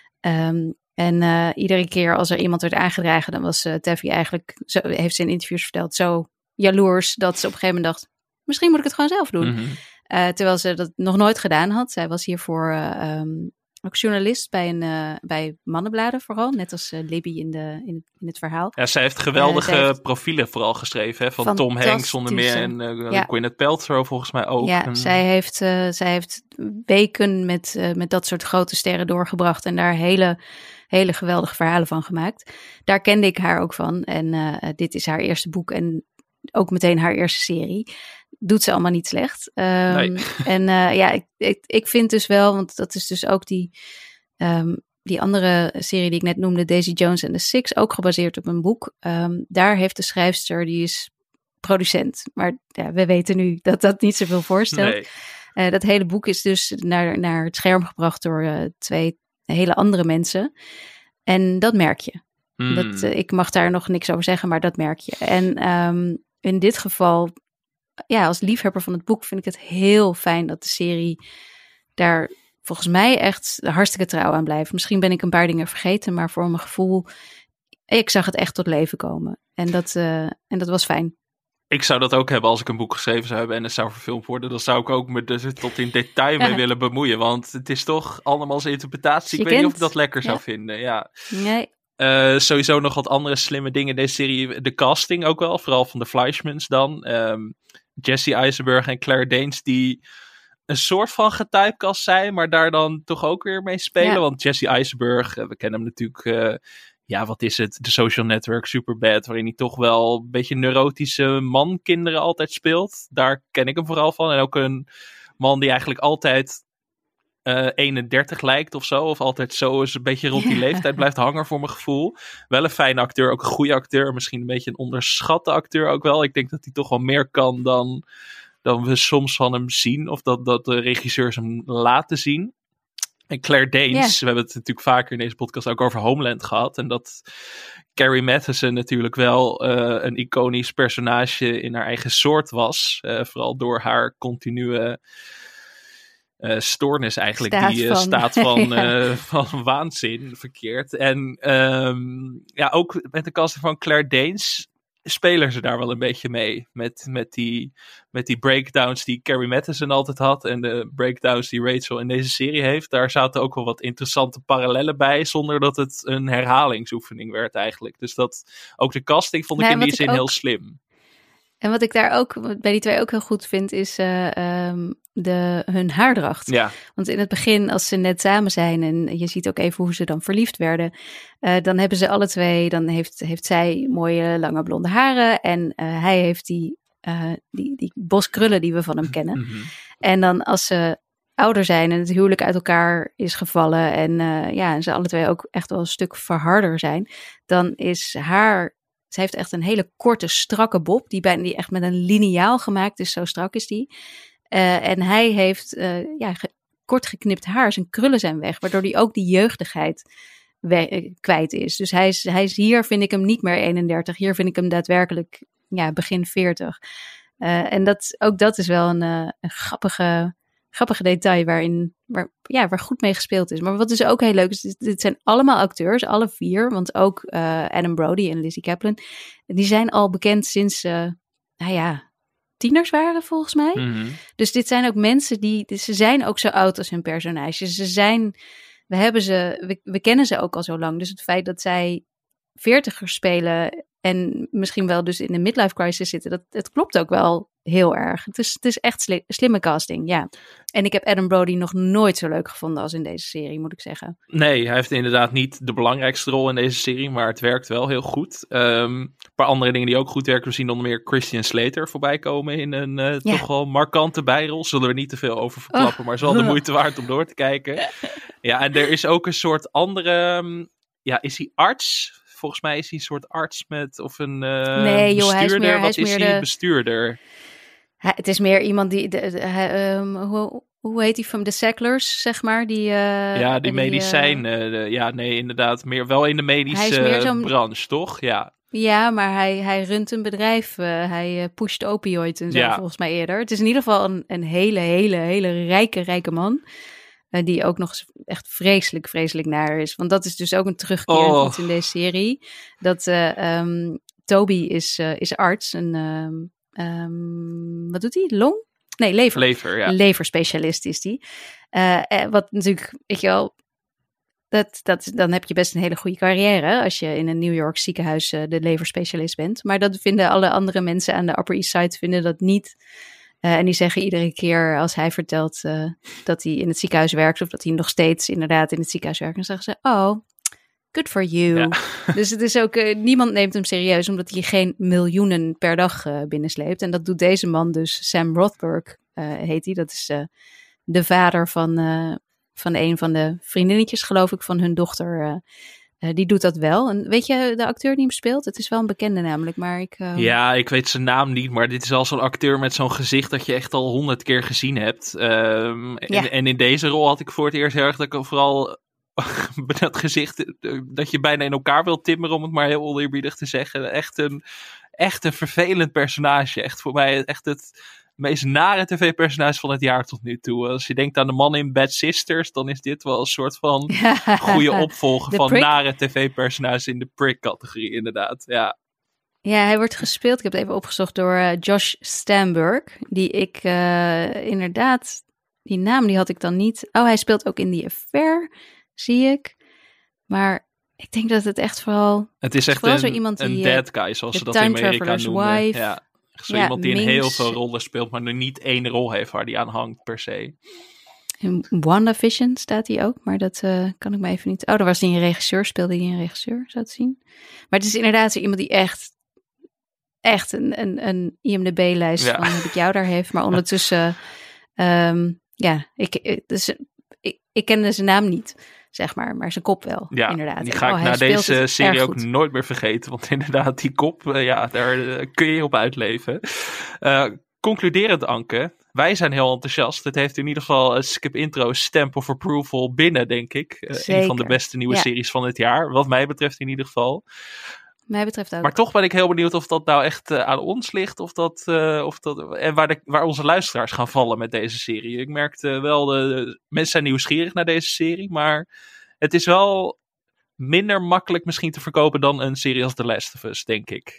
Um, en uh, iedere keer als er iemand werd aangedragen, dan was uh, Taffy eigenlijk, zo, heeft ze in interviews verteld, zo jaloers dat ze op een gegeven moment dacht, misschien moet ik het gewoon zelf doen. Mm-hmm. Uh, terwijl ze dat nog nooit gedaan had. Zij was hiervoor uh, um, ook journalist bij, een, uh, bij mannenbladen vooral. Net als uh, Libby in, de, in, het, in het verhaal. Ja, zij heeft geweldige uh, heeft profielen vooral geschreven. Hè, van Tom Hanks onder meer en uh, ja. Gwyneth Paltrow volgens mij ook. Ja, en... zij, heeft, uh, zij heeft weken met, uh, met dat soort grote sterren doorgebracht. En daar hele, hele geweldige verhalen van gemaakt. Daar kende ik haar ook van. En uh, dit is haar eerste boek en ook meteen haar eerste serie. Doet ze allemaal niet slecht. Um, nee. En uh, ja, ik, ik, ik vind dus wel, want dat is dus ook die, um, die andere serie die ik net noemde, Daisy Jones and the Six, ook gebaseerd op een boek. Um, daar heeft de schrijfster, die is producent. Maar ja, we weten nu dat dat niet zoveel voorstelt. Nee. Uh, dat hele boek is dus naar, naar het scherm gebracht door uh, twee hele andere mensen. En dat merk je. Mm. Dat, uh, ik mag daar nog niks over zeggen, maar dat merk je. En um, in dit geval, ja, als liefhebber van het boek vind ik het heel fijn dat de serie daar volgens mij echt hartstikke trouw aan blijft. Misschien ben ik een paar dingen vergeten, maar voor mijn gevoel, ik zag het echt tot leven komen. En dat, uh, en dat was fijn. Ik zou dat ook hebben als ik een boek geschreven zou hebben en het zou verfilmd worden. Dan zou ik ook me dus tot in detail mee ja. willen bemoeien. Want het is toch allemaal zijn interpretatie. Ik weet niet of ik dat lekker ja. zou vinden. Ja. Nee. Uh, sowieso nog wat andere slimme dingen in deze serie. De casting ook wel, vooral van de Fleischmans dan. Um, Jesse Eisenberg en Claire Danes die een soort van getypecast zijn, maar daar dan toch ook weer mee spelen. Ja. Want Jesse Eisenberg, we kennen hem natuurlijk, uh, ja wat is het, The Social Network, Superbad, waarin hij toch wel een beetje neurotische man-kinderen altijd speelt. Daar ken ik hem vooral van. En ook een man die eigenlijk altijd Uh, eenendertig lijkt of zo, of altijd zo is een beetje rond die yeah. leeftijd blijft hangen voor mijn gevoel. Wel een fijne acteur, ook een goede acteur, misschien een beetje een onderschatte acteur ook wel. Ik denk dat hij toch wel meer kan dan, dan we soms van hem zien, of dat, dat de regisseurs hem laten zien. En Claire Danes, yeah. we hebben het natuurlijk vaker in deze podcast ook over Homeland gehad, en dat Carrie Mathison natuurlijk wel uh, een iconisch personage in haar eigen soort was, uh, vooral door haar continue Uh, stoornis eigenlijk, staat die uh, van. staat van, ja. uh, van waanzin verkeerd. En um, ja, ook met de casting van Claire Danes spelen ze daar wel een beetje mee. Met, met, die, met die breakdowns die Carrie Mathison altijd had en de breakdowns die Rachel in deze serie heeft. Daar zaten ook wel wat interessante parallellen bij, zonder dat het een herhalingsoefening werd eigenlijk. Dus dat, ook de casting vond ik nee, in die zin ook heel slim. En wat ik daar ook bij die twee ook heel goed vind, is uh, um, de, hun haardracht. Ja. Want in het begin, als ze net samen zijn en je ziet ook even hoe ze dan verliefd werden, uh, dan hebben ze alle twee, dan heeft, heeft zij mooie lange blonde haren en uh, hij heeft die, uh, die, die bos krullen die we van hem kennen. Mm-hmm. En dan als ze ouder zijn en het huwelijk uit elkaar is gevallen en uh, ja, en ze alle twee ook echt wel een stuk verharder zijn, dan is haar... Ze heeft echt een hele korte, strakke bob, die, bijna, die echt met een liniaal gemaakt is, zo strak is die. Uh, en hij heeft uh, ja, ge, kort geknipt haar, zijn krullen zijn weg, waardoor hij ook die jeugdigheid we- kwijt is. Dus hij is, hij is hier, vind ik hem niet meer eenendertig, hier vind ik hem daadwerkelijk ja, begin veertig. Uh, en dat, ook dat is wel een, uh, een grappige, grappige detail waarin, waar, ja, waar goed mee gespeeld is. Maar wat dus ook heel leuk is, dit, dit zijn allemaal acteurs, alle vier, want ook uh, Adam Brody en Lizzie Kaplan, die zijn al bekend sinds, uh, nou ja, tieners waren, volgens mij. Mm-hmm. Dus dit zijn ook mensen die, ze zijn ook zo oud als hun personages. Ze zijn, we hebben ze, we, we kennen ze ook al zo lang. Dus het feit dat zij veertigers spelen en misschien wel dus in de midlife crisis zitten, dat het klopt ook wel heel erg. Het is, het is echt sli- slimme casting, ja. En ik heb Adam Brody nog nooit zo leuk gevonden als in deze serie, moet ik zeggen. Nee, hij heeft inderdaad niet de belangrijkste rol in deze serie, maar het werkt wel heel goed. Um, een paar andere dingen die ook goed werken. We zien onder meer Christian Slater voorbij komen in een uh, Ja. toch wel markante bijrol. Zullen we niet te veel over verklappen, Oh. maar is wel de moeite waard om door te kijken. Ja, en er is ook een soort andere... um, ja, is hij arts? Volgens mij is hij een soort arts met, of een uh, Nee, joh, bestuurder. hij is meer- hij Wat is is meer hij? de- Bestuurder. Hij, het is meer iemand die, de, de- hij, um, hoe, hoe heet die van de Sacklers, zeg maar? Die, uh, Ja, die uh, medicijn. uh, de- ja, nee, inderdaad. Meer, wel in de Hij is medische meer zo'n- branche, toch? Ja. Ja, maar hij, hij runt een bedrijf. Uh, hij uh, pusht opioid en zo, Ja. volgens mij eerder. Het is in ieder geval een, een hele, hele, hele rijke, rijke man. Uh, die ook nog eens echt vreselijk, vreselijk naar is. Want dat is dus ook een terugkerend Oh. iets in deze serie. Dat uh, um, Toby is, uh, is arts. En, um, um, wat doet hij? Long? Nee, lever. Lever, ja. Leverspecialist is die. Uh, eh, wat natuurlijk, weet je wel, dat, dat, dan heb je best een hele goede carrière als je in een New York ziekenhuis uh, de leverspecialist bent. Maar dat vinden alle andere mensen aan de Upper East Side vinden dat niet. Uh, en die zeggen iedere keer als hij vertelt uh, dat hij in het ziekenhuis werkt of dat hij nog steeds inderdaad in het ziekenhuis werkt, dan zeggen ze, oh, good for you. Ja. Dus het is ook, uh, niemand neemt hem serieus omdat hij geen miljoenen per dag uh, binnensleept. En dat doet deze man dus, Sam Rothberg uh, heet hij. Dat is uh, de vader van, uh, van een van de vriendinnetjes, geloof ik, van hun dochter. Uh, uh, die doet dat wel. En weet je de acteur die hem speelt? Het is wel een bekende namelijk, maar ik... Uh... Ja, ik weet zijn naam niet, maar dit is al zo'n acteur met zo'n gezicht dat je echt al honderd keer gezien hebt. Um, Ja. en, en in deze rol had ik voor het eerst heel erg dat ik vooral dat gezicht, dat je bijna in elkaar wilt timmeren, om het maar heel oneerbiedig te zeggen. Echt een, echt een vervelend personage. Echt voor mij echt het meest nare tv-personage van het jaar tot nu toe. Als je denkt aan de man in Bad Sisters, dan is dit wel een soort van goede opvolger De van prick. nare tv-personages in de prick-categorie, inderdaad. Ja. Ja, hij wordt gespeeld, ik heb het even opgezocht, door uh, Josh Stamberg. Die ik uh, inderdaad, die naam die had ik dan niet. Oh, hij speelt ook in The Affair, zie ik. Maar ik denk dat het echt vooral... Het is echt vooral een, zo iemand een die, dead guy, zoals de ze dat in Time Amerika Traveler's noemen. Wife. Ja. Zo Ja, iemand die in Minx. heel veel rollen speelt, maar nu niet één rol heeft waar die aan hangt per se. In WandaVision staat hij ook, maar dat uh, kan ik me even niet... Oh, daar was hij een regisseur, speelde hij een regisseur, zou het zien. Maar het is inderdaad zo iemand die echt, echt een, een, een I M D B-lijst Ja. van heb ik jou daar heeft. Maar ondertussen, um, ja, ik, ik, dus, ik, ik kende zijn naam niet, zeg maar, maar zijn kop wel, Ja, inderdaad. die En, ga oh, ik hij na speelt deze het serie erg ook goed. nooit meer vergeten. Want inderdaad, die kop, uh, ja, daar uh, kun je op uitleven. Uh, concluderend, Anke, wij zijn heel enthousiast. Het heeft in ieder geval een skip intro stamp of approval binnen, denk ik. Uh, een van de beste nieuwe Ja. series van het jaar, wat mij betreft in ieder geval. Mij betreft ook. Maar toch ben ik heel benieuwd of dat nou echt uh, aan ons ligt. Of dat, uh, of dat, en waar, de, waar onze luisteraars gaan vallen met deze serie. Ik merkte wel, de, de mensen zijn nieuwsgierig naar deze serie. Maar het is wel minder makkelijk misschien te verkopen dan een serie als The Last of Us, denk ik.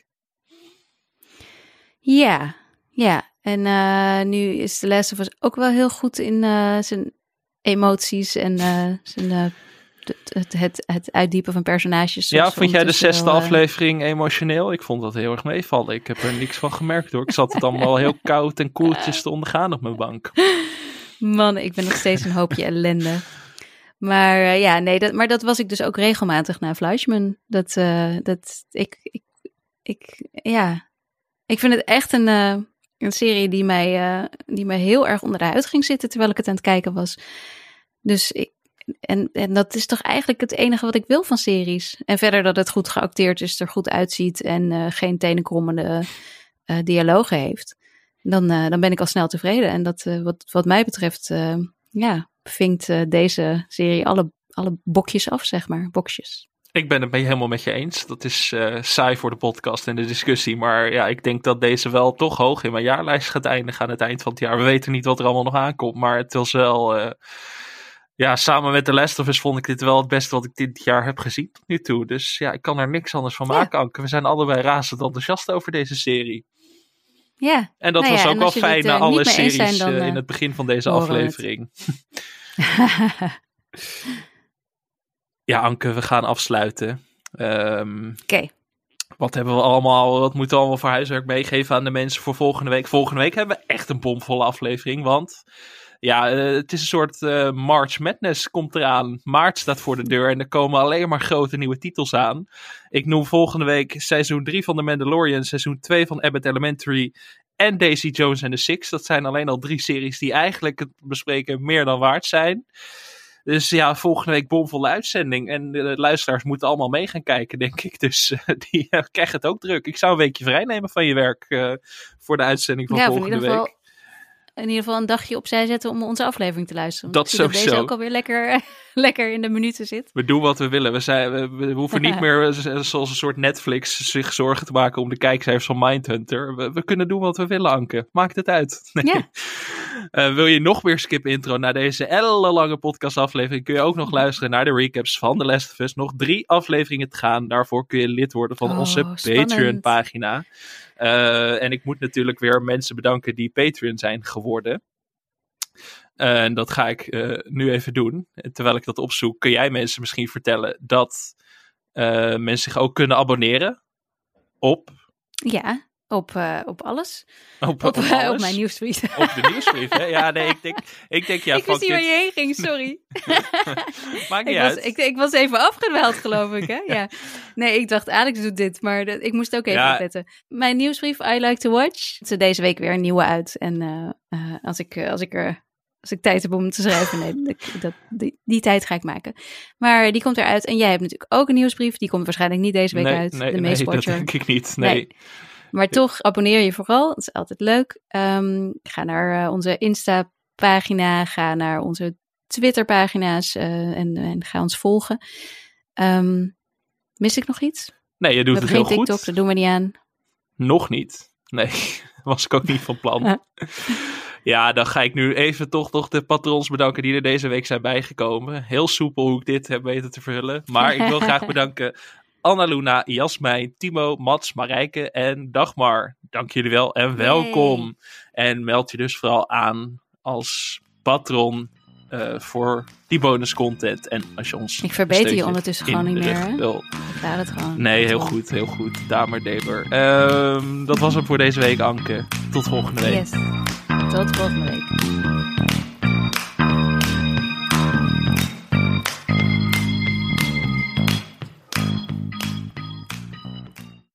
Ja, ja. En uh, nu is The Last of Us ook wel heel goed in uh, zijn emoties en uh, zijn... Uh, Het, het, het uitdiepen van personages. Ja, vond jij de zesde wel, uh... aflevering emotioneel? Ik vond dat heel erg meevallen. Ik heb er niks van gemerkt hoor. Ik zat het allemaal heel koud en koeltjes te ondergaan op mijn bank. Man, ik ben nog steeds een hoopje ellende. Maar uh, ja, nee, dat, maar dat was ik dus ook regelmatig na Fleischman. Dat, uh, dat ik, ik, ik, ja, ik vind het echt een, uh, een serie die mij, uh, die mij heel erg onder de huid ging zitten terwijl ik het aan het kijken was. Dus ik, En, en dat is toch eigenlijk het enige wat ik wil van series. En verder dat het goed geacteerd is, er goed uitziet en uh, geen tenenkrommende uh, dialogen heeft. Dan, uh, dan ben ik al snel tevreden. En dat uh, wat, wat mij betreft, uh, ja, vinkt uh, deze serie alle, alle bokjes af, zeg maar. Boxjes. Ik ben het helemaal met je eens. Dat is uh, saai voor de podcast en de discussie. Maar ja, ik denk dat deze wel toch hoog in mijn jaarlijst gaat eindigen aan het eind van het jaar. We weten niet wat er allemaal nog aankomt, maar het was wel... Uh, Ja, samen met The Last of Us vond ik dit wel het beste wat ik dit jaar heb gezien tot nu toe. Dus ja, ik kan er niks anders van maken, ja. Anke. We zijn allebei razend enthousiast over deze serie. Ja. En dat Nou was ja, ook en wel als fijn jullie na het, uh, alle niet mee eens series zijn, dan, uh, in uh, het begin van deze horen we het. aflevering. Ja, Anke, we gaan afsluiten. Um, Oké. Okay. Wat hebben we allemaal, wat moeten we allemaal voor huiswerk meegeven aan de mensen voor volgende week? Volgende week hebben we echt een bomvolle aflevering, want ja, uh, het is een soort uh, March Madness komt eraan. Maart staat voor de deur en er komen alleen maar grote nieuwe titels aan. Ik noem volgende week seizoen drie van The Mandalorian, seizoen twee van Abbott Elementary en Daisy Jones and the Six. Dat zijn alleen al drie series die eigenlijk het bespreken meer dan waard zijn. Dus ja, volgende week bomvolle uitzending. En de luisteraars moeten allemaal mee gaan kijken, denk ik. Dus uh, die uh, krijgen het ook druk. Ik zou een weekje vrij nemen van je werk uh, voor de uitzending van ja, volgende in ieder geval, week. In ieder geval een dagje opzij zetten om onze aflevering te luisteren. Dat sowieso. Dat deze ook alweer lekker, lekker in de minuten zit. We doen wat we willen. We, zijn, we, we hoeven niet meer zoals een soort Netflix zich zorgen te maken om de kijkcijfers van Mindhunter. We, we kunnen doen wat we willen, Anke. Maakt het uit. Nee. Ja. Uh, wil je nog meer skip intro naar deze ellenlange podcastaflevering, kun je ook nog luisteren naar de recaps van The Last of Us. Nog drie afleveringen te gaan. Daarvoor kun je lid worden van oh, onze spannend. Patreon pagina. Uh, en ik moet natuurlijk weer mensen bedanken die Patreon zijn geworden. Uh, en dat ga ik uh, nu even doen. En terwijl ik dat opzoek, kun jij mensen misschien vertellen dat uh, mensen zich ook kunnen abonneren op... Ja, op, uh, op alles. Op, op, op, uh, alles. op mijn nieuwsbrief. Op de nieuwsbrief, hè? Ja, nee, ik denk... Ik, denk, ja, ik wist niet dit... waar je heen ging, sorry. Maakt niet ik uit. Was, ik, ik was even afgedwaald, geloof ik, hè? Ja. Nee, ik dacht, Alex doet dit, maar dat, ik moest ook even ja. opletten. Mijn nieuwsbrief, I Like to Watch. Er is deze week weer een nieuwe uit. En uh, uh, als ik, uh, als ik er... Als ik tijd heb om te schrijven, nee, dat, dat, die, die tijd ga ik maken. Maar die komt eruit. En jij hebt natuurlijk ook een nieuwsbrief. Die komt waarschijnlijk niet deze week nee, uit. Nee, de nee, dat Watcher. denk ik niet. Nee. nee. Maar toch, abonneer je vooral. Dat is altijd leuk. Um, ga naar uh, onze Insta-pagina. Ga naar onze Twitter-pagina's. Uh, en, en ga ons volgen. Um, mis ik nog iets? Nee, je doet we het heel TikTok, goed. TikTok, dat doen we niet aan. Nog niet. Nee, was ik ook niet van plan. Ja. Ja, dan ga ik nu even toch, toch de patrons bedanken die er deze week zijn bijgekomen. Heel soepel hoe ik dit heb weten te vervullen. Maar ik wil graag bedanken Anna-Luna, Jasmijn, Timo, Mats, Marijke en Dagmar. Dank jullie wel en welkom. Hey. En meld je dus vooral aan als patron uh, voor die bonus content. En als je ons ik verbeter je ondertussen gewoon niet meer. Hè? Wil. Ik laat het gewoon. Nee, heel goed, heel goed. Damer Deber. Um, dat was het voor deze week, Anke. Tot volgende week. Yes. Tot volgende week.